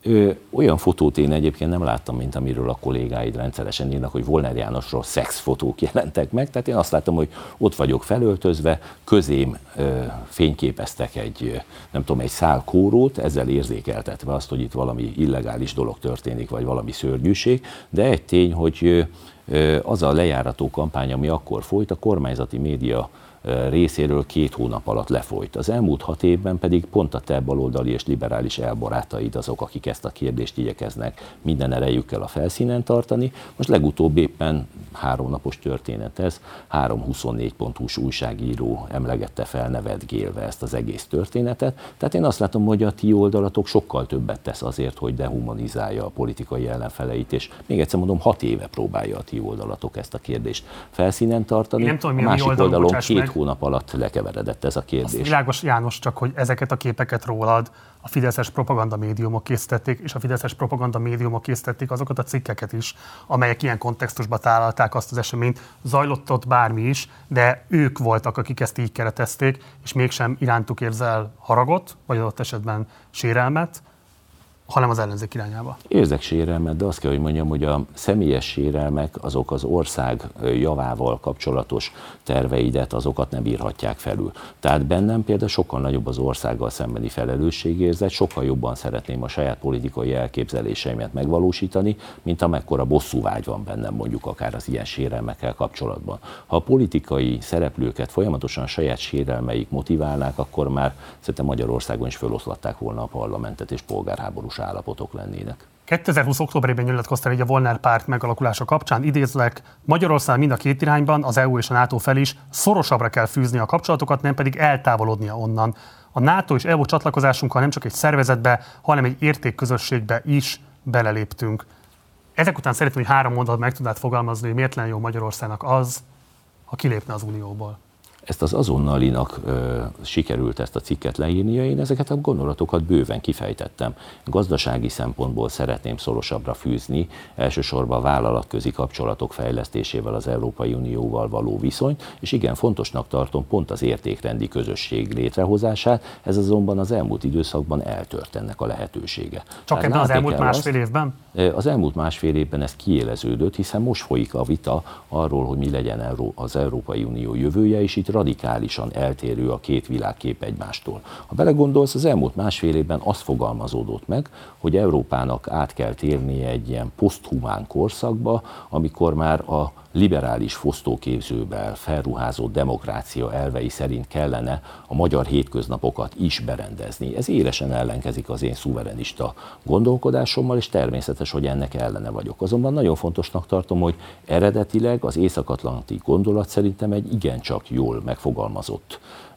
B: Olyan fotót én egyébként nem láttam, mint amiről a kollégáid rendszeresen írnak, hogy Volner Jánosról szexfotók jelentek meg. Tehát én azt láttam, hogy ott vagyok felöltözve, közém fényképeztek egy szál kórót, ezzel érzékeltetve azt, hogy itt valami illegális dolog történik, vagy valami szörnyűség. De egy tény, hogy az a lejárató kampány, ami akkor folyt, a kormányzati média részéről 2 hónap alatt lefolyt. Az elmúlt 6 évben pedig pont a te baloldali és liberális elbarátaid azok, akik ezt a kérdést igyekeznek minden erejükkel a felszínen tartani. Most legutóbb éppen 3 napos történet ez, 3 24.hu-s újságíró emlegette fel nevetgélve ezt az egész történetet. Tehát én azt látom, hogy a ti oldalatok sokkal többet tesz azért, hogy dehumanizálja a politikai ellenfeleit, és még egyszer mondom, 6 éve próbálja a ti oldalatok ezt a kérdést felszínen tartani.
A: Nem tudom,
B: a másik oldalon 2
A: meg.
B: Hónap alatt lekeveredett ez a kérdés.
A: Az világos, János, csak hogy ezeket a képeket rólad a fideszes propagandamédiumok készítették, és a fideszes propagandamédiumok készítették azokat a cikkeket is, amelyek ilyen kontextusba tálalták azt az eseményt. Zajlott ott bármi is, de ők voltak, akik ezt így keretezték, és mégsem irántuk érzel haragot, vagy adott esetben sérelmet, hanem az ellenzék irányába.
B: Érzek sérelmet, de azt kell, hogy mondjam, hogy a személyes sérelmek, azok az ország javával kapcsolatos terveidet, azokat nem írhatják felül. Tehát bennem például sokkal nagyobb az országgal szembeni felelősségérzet, sokkal jobban szeretném a saját politikai elképzeléseimet megvalósítani, mint amekkora bosszúvágy van bennem mondjuk akár az ilyen sérelmekkel kapcsolatban. Ha a politikai szereplőket folyamatosan saját sérelmeik motiválnák, akkor már szerintem Magyarországon is feloszlatták volna a parlamentet és polgárháborús állapotok lennének.
A: 2020. októberében nyilatkoztál így a Volner párt megalakulása kapcsán, idézlek, Magyarország mind a 2 irányban, az EU és a NATO felé is szorosabbra kell fűzni a kapcsolatokat, nem pedig eltávolodnia onnan. A NATO és EU csatlakozásunkkal nem csak egy szervezetbe, hanem egy értékközösségbe is beleléptünk. Ezek után szeretném, hogy 3 mondatban meg tudnád fogalmazni, hogy miért lenne jó Magyarországnak az, ha kilépne az Unióból.
B: Ezt az azonnalinak sikerült ezt a cikket leírnia, én ezeket a gondolatokat bőven kifejtettem. Gazdasági szempontból szeretném szorosabbra fűzni, elsősorban a vállalatközi kapcsolatok fejlesztésével az Európai Unióval való viszonyt, és igen, fontosnak tartom pont az értékrendi közösség létrehozását, ez azonban az elmúlt időszakban eltört ennek a lehetősége.
A: Csak ebben az elmúlt másfél évben?
B: Az elmúlt másfél évben ez kiéleződött, hiszen most folyik a vita arról, hogy mi legyen az Európai Unió jövője, és itt radikálisan eltérő a 2 világkép egymástól. Ha belegondolsz, az elmúlt másfél évben azt fogalmazódott meg, hogy Európának át kell térnie egy ilyen poszthumán korszakba, amikor már a liberális fosztóképzővel felruházott demokrácia elvei szerint kellene a magyar hétköznapokat is berendezni. Ez élesen ellenkezik az én szuverenista gondolkodásommal, és természetes, hogy ennek ellene vagyok. Azonban nagyon fontosnak tartom, hogy eredetileg az észak-atlanti gondolat szerintem egy igencsak jól megfogalmazott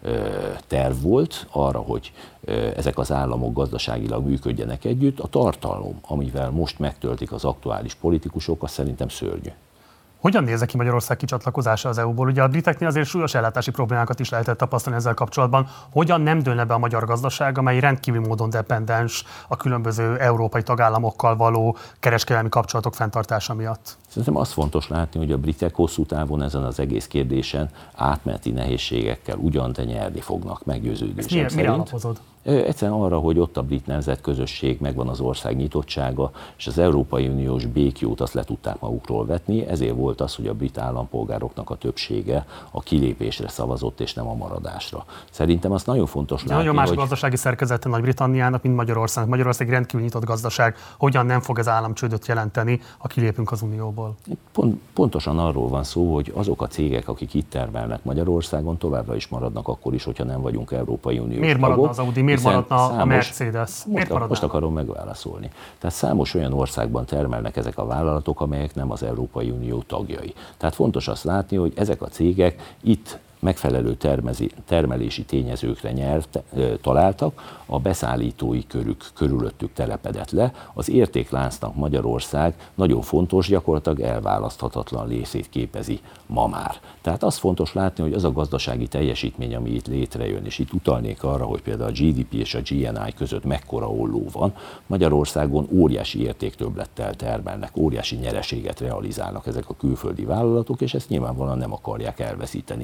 B: terv volt arra, hogy ezek az államok gazdaságilag működjenek együtt. A tartalom, amivel most megtöltik az aktuális politikusok, az szerintem szörnyű.
A: Hogyan néz ki Magyarország kicsatlakozása az EU-ból? Ugye a briteknél azért súlyos ellátási problémákat is lehetett tapasztalni ezzel kapcsolatban. Hogyan nem dőlne be a magyar gazdaság, amely rendkívül módon dependens a különböző európai tagállamokkal való kereskedelmi kapcsolatok fenntartása miatt? Szerintem
B: az fontos látni, hogy a britek hosszú távon ezen az egész kérdésen átmeneti nehézségekkel ugyan, de nyerni fognak, meggyőződésem szerint.
A: Mire alapozod?
B: Egyszerűen arra, hogy ott a brit nemzetközösség, megvan az ország nyitottsága, és az Európai Uniós békjót azt le tudták magukról vetni, ezért volt az, hogy a brit állampolgároknak a többsége a kilépésre szavazott, és nem a maradásra. Szerintem azt nagyon fontos látni,
A: nagyon más gazdasági szerkezete Nagy-Britanniának, mint Magyarország. Magyarország rendkívül nyitott gazdaság. Hogyan nem fog ez államcsődöt jelenteni, ha kilépünk az Unióból?
B: Pontosan arról van szó, hogy azok a cégek, akik itt termelnek Magyarországon, továbbra is maradnak akkor is, hogyha nem vagyunk Európai Uniós
A: Miért maradna az Audi? Miért maradna a Mercedes?
B: Most akarom megválaszolni. Tehát számos olyan országban termelnek ezek a vállalatok, amelyek nem az Európai Unió tagjai. Tehát fontos azt látni, hogy ezek a cégek itt megfelelő termelési tényezőkre találtak, a beszállítói körük körülöttük telepedett le, az értékláncnak Magyarország nagyon fontos, gyakorlatilag elválaszthatatlan részét képezi ma már. Tehát az fontos látni, hogy az a gazdasági teljesítmény, ami itt létrejön, és itt utalnék arra, hogy például a GDP és a GNI között mekkora olló van, Magyarországon óriási értéktöbblettel termelnek, óriási nyereséget realizálnak ezek a külföldi vállalatok, és ezt nyilvánvalóan nem akarják elveszíteni.
A: Ez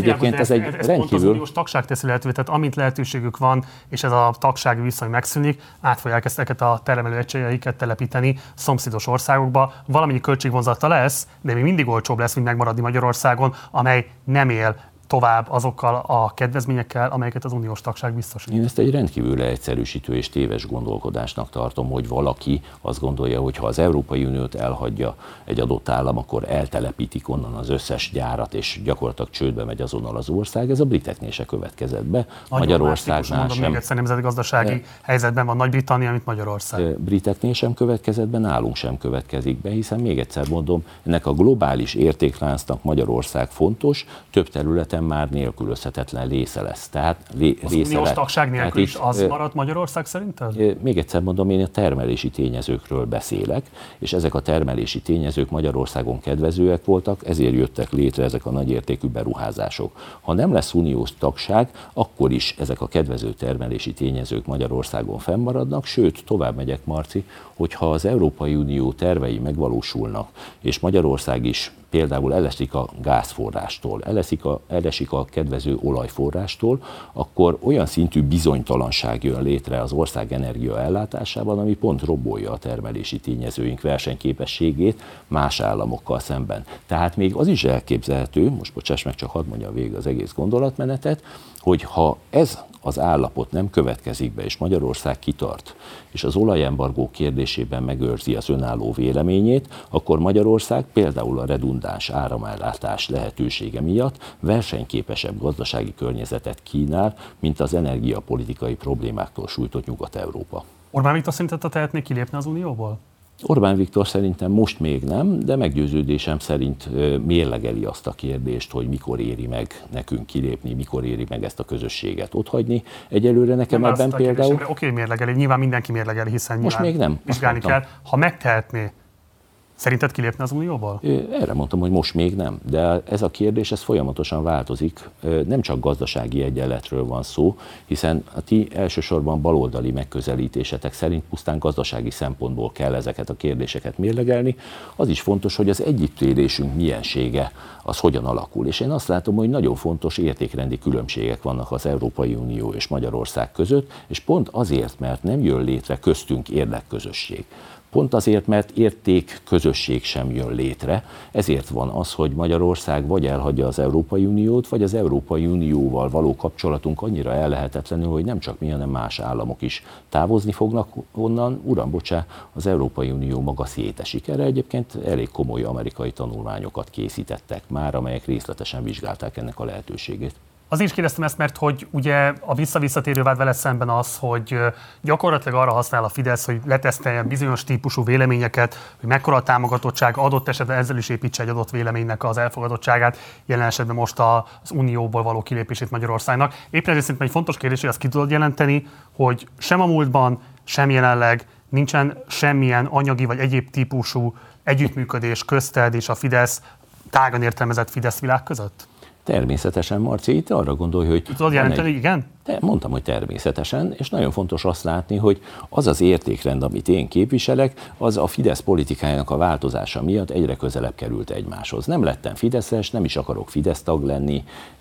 B: egyébként ez egy rendkívül...
A: Pont az uniós tagság teszi lehetővé, tehát amint lehetőségük van, és ez a tagsági viszony megszűnik, át fogják ezeket a termelő egységeiket telepíteni szomszédos országokba. Valamennyi költségvonzata lesz, de még mindig olcsóbb lesz, mint megmaradni Magyarországon, amely nem él tovább azokkal a kedvezményekkel, amelyeket az uniós tagság biztosít.
B: Én ezt egy rendkívül leegyszerűsítő és téves gondolkodásnak tartom, hogy valaki azt gondolja, hogy ha az Európai Uniót elhagyja egy adott állam, akkor eltelepítik onnan az összes gyárat, és gyakorlatilag csődbe megy azonnal az ország. Ez a briteknél se következett be. Magyarországnál sem.
A: Még egyszer nemzetgazdasági helyzetben van Nagy-Britannia, mint Magyarország.
B: Briteknél sem következett be, nálunk sem következik be, hiszen még egyszer mondom, ennek a globális értékláncnak Magyarország fontos, több területen már nélkülözhetetlen része lesz. Tehát
A: az uniós tagság nélkül is az maradt Magyarország szerinted?
B: Még egyszer mondom, én a termelési tényezőkről beszélek, és ezek a termelési tényezők Magyarországon kedvezőek voltak, ezért jöttek létre ezek a nagyértékű beruházások. Ha nem lesz uniós tagság, akkor is ezek a kedvező termelési tényezők Magyarországon fennmaradnak, sőt, tovább megyek, Marci, hogyha az Európai Unió tervei megvalósulnak, és Magyarország is például elesik a gázforrástól, elesik a kedvező olajforrástól, akkor olyan szintű bizonytalanság jön létre az ország energiaellátásában, ami pont robolja a termelési tényezőink versenyképességét más államokkal szemben. Tehát még az is elképzelhető, most bocsáss meg, csak hadd mondjam végig az egész gondolatmenetet, hogy ha ez az állapot nem következik be, és Magyarország kitart, és az olajembargó kérdésében megőrzi az önálló véleményét, akkor Magyarország például a redundáns áramellátás lehetősége miatt versenyképesebb gazdasági környezetet kínál, mint az energiapolitikai problémáktól sújtott Nyugat-Európa.
A: Orbán Viktor szerinted tehetné kilépni az Unióból?
B: Orbán Viktor szerintem most még nem, de meggyőződésem szerint mérlegeli azt a kérdést, hogy mikor éri meg nekünk kilépni, mikor éri meg ezt a közösséget otthagyni. Egyelőre nekem nem ebben például...
A: Oké, mérlegeli, nyilván mindenki mérlegeli, hiszen
B: most még nem.
A: Vizsgálni kell. Ha megtehetné, szerinted kilépne az Unióból?
B: Erre mondtam, hogy most még nem, de ez a kérdés ez folyamatosan változik. Nem csak gazdasági egyenletről van szó, hiszen a ti elsősorban baloldali megközelítésetek szerint pusztán gazdasági szempontból kell ezeket a kérdéseket mérlegelni. Az is fontos, hogy az együttélésünk miensége az hogyan alakul. És én azt látom, hogy nagyon fontos értékrendi különbségek vannak az Európai Unió és Magyarország között, és pont azért, mert nem jön létre köztünk érdekközösség. Pont azért, mert értékközösség sem jön létre, ezért van az, hogy Magyarország vagy elhagyja az Európai Uniót, vagy az Európai Unióval való kapcsolatunk annyira ellehetetlenül, hogy nem csak mi, hanem más államok is távozni fognak onnan. Uram, bocsá, az Európai Unió maga szétesik. Erre egyébként elég komoly amerikai tanulmányokat készítettek már, amelyek részletesen vizsgálták ennek a lehetőségét.
A: Azért is kérdeztem ezt, mert hogy ugye a visszatérő vád vele szemben az, hogy gyakorlatilag arra használ a Fidesz, hogy leteszteljen bizonyos típusú véleményeket, hogy mekkora a támogatottság, adott esetben ezzel is építse egy adott véleménynek az elfogadottságát, jelen esetben most az Unióból való kilépését Magyarországnak. Éppen ezért szerintem egy fontos kérdés, hogy azt ki tudod jelenteni, hogy sem a múltban, sem jelenleg nincsen semmilyen anyagi vagy egyéb típusú együttműködés közted és a Fidesz, tágan értelmezett Fidesz világ között?
B: Természetesen, Marci, itt arra gondolj, hogy...
A: Tudod jelenteni, igen?
B: Mondtam, hogy természetesen, és nagyon fontos azt látni, hogy az az értékrend, amit én képviselek, az a Fidesz politikájának a változása miatt egyre közelebb került egymáshoz. Nem lettem fideszes, nem is akarok Fidesz tag lenni.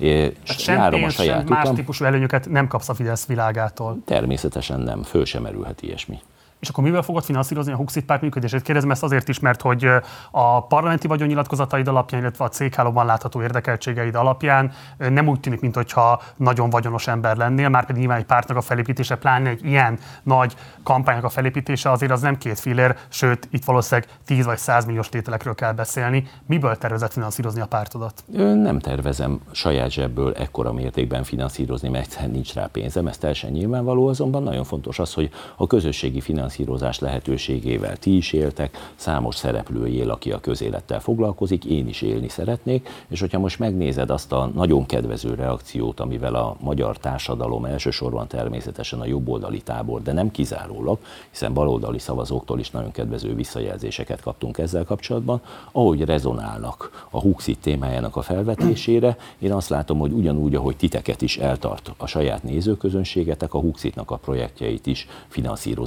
A: Sem pénz, sem más típusú előnyöket nem kapsz a Fidesz világától.
B: Természetesen nem, föl sem merülhet ilyesmi.
A: És akkor mivel fogod finanszírozni a Huxit párt működését? Kérdezem ezt azért is, mert hogy a parlamenti vagyonnyilatkozataid alapján, illetve a céghálóban látható érdekeltségeid alapján nem úgy tűnik, mintha nagyon vagyonos ember lennél, már pedig nyilván egy pártnak a felépítése, pláne egy ilyen nagy kampánynak a felépítése azért az nem 2 fillér, sőt, itt valószínűleg 10 vagy 100 milliós tételekről kell beszélni. Miből tervezed finanszírozni a pártodat?
B: Nem tervezem saját zsebből ekkora mértékben finanszírozni, mert nincs rá pénzem, ez teljesen nyilvánvaló, azonban nagyon fontos az, hogy a közösségi finanszírozás lehetőségével ti is éltek, számos szereplő él, aki a közélettel foglalkozik, én is élni szeretnék, és hogyha most megnézed azt a nagyon kedvező reakciót, amivel a magyar társadalom, elsősorban természetesen a jobboldali tábor, de nem kizárólag, hiszen baloldali szavazóktól is nagyon kedvező visszajelzéseket kaptunk ezzel kapcsolatban, ahogy rezonálnak a Huxit témájának a felvetésére, én azt látom, hogy ugyanúgy, ahogy titeket is eltart a saját nézőközönségetek, a Huxitnak a projektjeit is finanszírozni fogják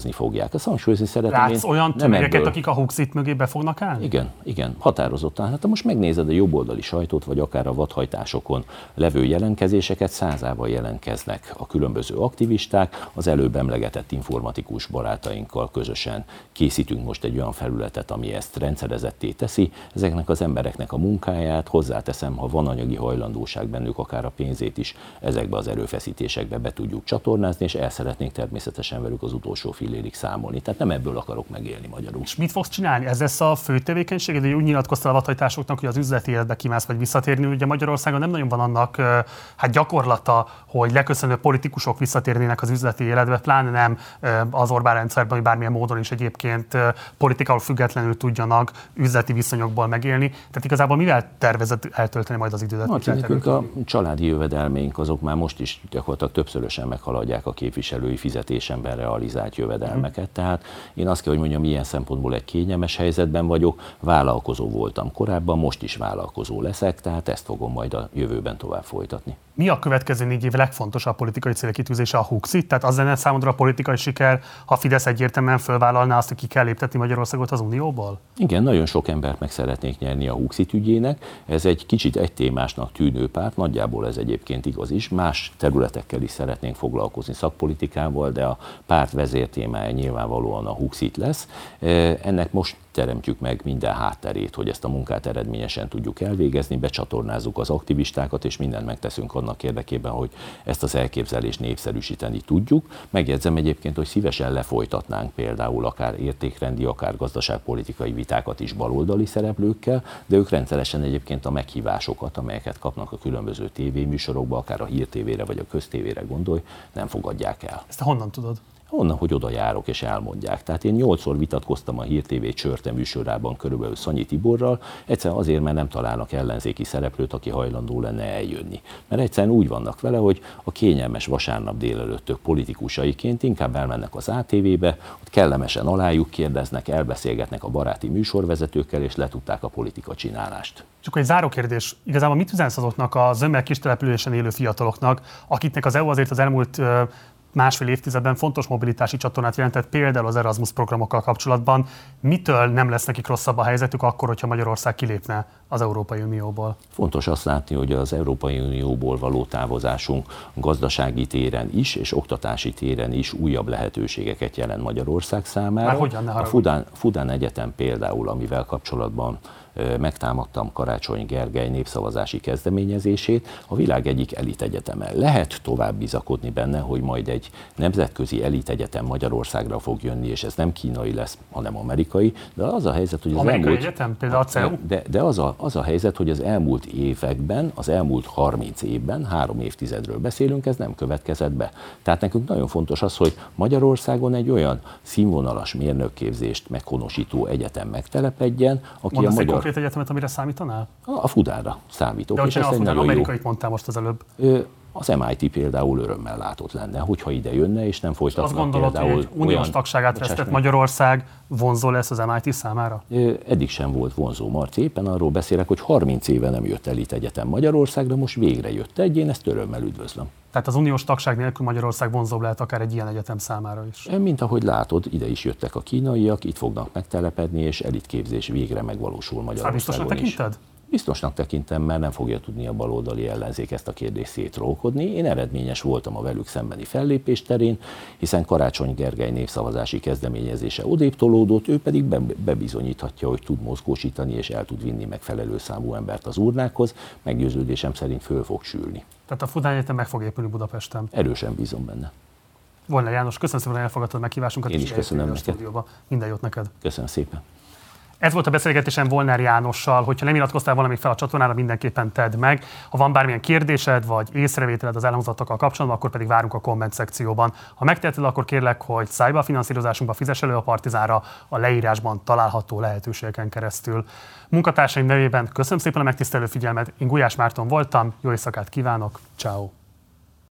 B: tudják. Ezt hangsúlyozni szeretném.
A: Látsz olyan tömegeket, akik a Huxit mögé be fognak állni?
B: Igen, határozottan. Hát ha most megnézed a jobboldali sajtót, vagy akár a vadhajtásokon levő jelentkezéseket, százával jelentkeznek a különböző aktivisták, az előbb emlegetett informatikus barátainkkal közösen készítünk most egy olyan felületet, ami ezt rendszerezetté teszi. Ezeknek az embereknek a munkáját, hozzáteszem, ha van anyagi hajlandóság bennük, akár a pénzét is ezekbe az erőfeszítésekbe be tudjuk csatornázni, és el szeretnénk természetesen velük az utolsó fillérig számolni. Tehát nem ebből akarok megélni magyarul.
A: És mit fogsz csinálni? Ez lesz a fő tevékenységed? Úgy nyilatkoztál a vadhajtásoknak, hogy az üzleti életbe kimász vagy visszatérni. Ugye Magyarországon nem nagyon van annak gyakorlata, hogy leköszönő politikusok visszatérnének az üzleti életbe, pláne nem az Orbán rendszerben, hogy bármilyen módon is egyébként politikával függetlenül tudjanak üzleti viszonyokból megélni. Tehát igazából mivel tervezed eltölteni majd az idődet?
B: Nekünk a családi jövedelmeink azok már most is gyakorlatilag többszörösen meghaladják a képviselői fizetésemben realizált jövedelmeket. Tehát én azt kell, hogy mondjam, ilyen szempontból egy kényelmes helyzetben vagyok. Vállalkozó voltam korábban, most is vállalkozó leszek, tehát ezt fogom majd a jövőben tovább folytatni.
A: Mi a következő 4 év legfontosabb politikai célkitűzése a Huxit? Tehát az lenne számodra a politikai siker, ha Fidesz egyértelműen fölvállalná azt, hogy ki kell léptetni Magyarországot az Unióból?
B: Igen, nagyon sok embert meg szeretnék nyerni a Huxit ügyének. Ez egy kicsit egytémásnak tűnő párt, nagyjából ez egyébként igaz is. Más területekkel is szeretnénk foglalkozni szakpolitikával, de a párt vezértémája nyilvánvalóan a Huxit lesz. Ennek most teremtjük meg minden hátterét, hogy ezt a munkát eredményesen tudjuk elvégezni, becsatornázzuk az aktivistákat, és mindent megteszünk annak érdekében, hogy ezt az elképzelést népszerűsíteni tudjuk. Megjegyzem egyébként, hogy szívesen lefolytatnánk például akár értékrendi, akár gazdaságpolitikai vitákat is baloldali szereplőkkel, de ők rendszeresen egyébként a meghívásokat, amelyeket kapnak a különböző tévéműsorokba, akár a Hír TV-re vagy a Köztévére gondolj, nem fogadják el.
A: Ezt honnan tudod?
B: Onnan, hogy oda járok és elmondják. Tehát én 8-szor vitatkoztam a Hír TV Csörte műsorában körülbelül Szanyi Tiborral, egyszerűen azért, mert nem találnak ellenzéki szereplőt, aki hajlandó lenne eljönni. Mert egyszerűen úgy vannak vele, hogy a kényelmes vasárnap délelőttök politikusaiként inkább elmennek az ATV-be, ott kellemesen alájuk kérdeznek, elbeszélgetnek a baráti műsorvezetőkkel, és letudták a politika csinálást.
A: Csak egy záró kérdés. Igazából mit üzensz azoknak a zömmel kis településen élő fiataloknak, akiknek az EU azért az elmúlt másfél évtizedben fontos mobilitási csatornát jelentett, például az Erasmus programokkal kapcsolatban. Mitől nem lesz nekik rosszabb a helyzetük akkor, hogyha Magyarország kilépne az Európai Unióból?
B: Fontos azt látni, hogy az Európai Unióból való távozásunk gazdasági téren is, és oktatási téren is újabb lehetőségeket jelent Magyarország számára.
A: Már hogyan, ne haragudj?
B: A Fudán Egyetem például, amivel kapcsolatban megtámadtam Karácsony Gergely népszavazási kezdeményezését, a világ egyik elitegyetemen. Lehet tovább bizakodni benne, hogy majd egy nemzetközi elitegyetem Magyarországra fog jönni, és ez nem kínai lesz, hanem amerikai, de az a helyzet, hogy az
A: amerikai egyetem, például a CEU?
B: De az a helyzet, hogy az elmúlt években, az elmúlt 30 évben, 3 évtizedről beszélünk, ez nem következett be. Tehát nekünk nagyon fontos az, hogy Magyarországon egy olyan színvonalas mérnökképzést meghonosító egyetem megtelepedjen, aki
A: mondasz
B: a magyar...
A: konkrét egyetemet, amire számítanál?
B: A Fudánra számítok.
A: De hogyha a Fudán amerikait mondtál most az előbb.
B: Az MIT például örömmel látott lenne, hogyha ide jönne, és nem folytatnak
A: azt gondolod,
B: például
A: hogy egy uniós tagságát vesztett Magyarország vonzó lesz az MIT számára?
B: Eddig sem volt vonzó, Marci. Éppen arról beszélek, hogy 30 éve nem jött elit egyetem Magyarországra, most végre jött egy, én ezt örömmel üdvözlöm.
A: Tehát az uniós tagság nélkül Magyarország vonzóbb lehet akár egy ilyen egyetem számára is.
B: Mint ahogy látod, ide is jöttek a kínaiak, itt fognak megtelepedni, és elitképzés végre megvalósul Magyarországon is.
A: Biztosnak tekinted?
B: Biztosnak tekintem, mert nem fogja tudni a baloldali ellenzék ezt a kérdést szétrólkodni. Én eredményes voltam a velük szembeni fellépés terén, hiszen Karácsony Gergely népszavazási kezdeményezése odébb tolódott, ő pedig bebizonyíthatja, hogy tud mozgósítani és el tud vinni megfelelő számú embert az urnákhoz. Meggyőződésem szerint föl fog sülni.
A: Tehát a Fudán Egyetem meg fog épülni Budapesten?
B: Erősen bízom benne.
A: Volna János, köszönöm szépen, hogy elfogadtad meghívásunkat.
B: Én is köszönöm neked.
A: Minden jót neked.
B: Köszönöm szépen.
A: Ez volt a beszélgetésem Volner Jánossal. Hogyha nem iratkoztál valamit fel a csatornára, mindenképpen tedd meg. Ha van bármilyen kérdésed vagy észrevételed az elhangzottakkal kapcsolatban, akkor pedig várunk a komment szekcióban. Ha megteheted, akkor kérlek, hogy szállj be a finanszírozásunkba, fizess elő a Partizánra a leírásban található lehetőségeken keresztül. Munkatársaim nevében köszönöm szépen a megtisztelő figyelmet. Én Gulyás Márton voltam, jó éjszakát kívánok, ciao.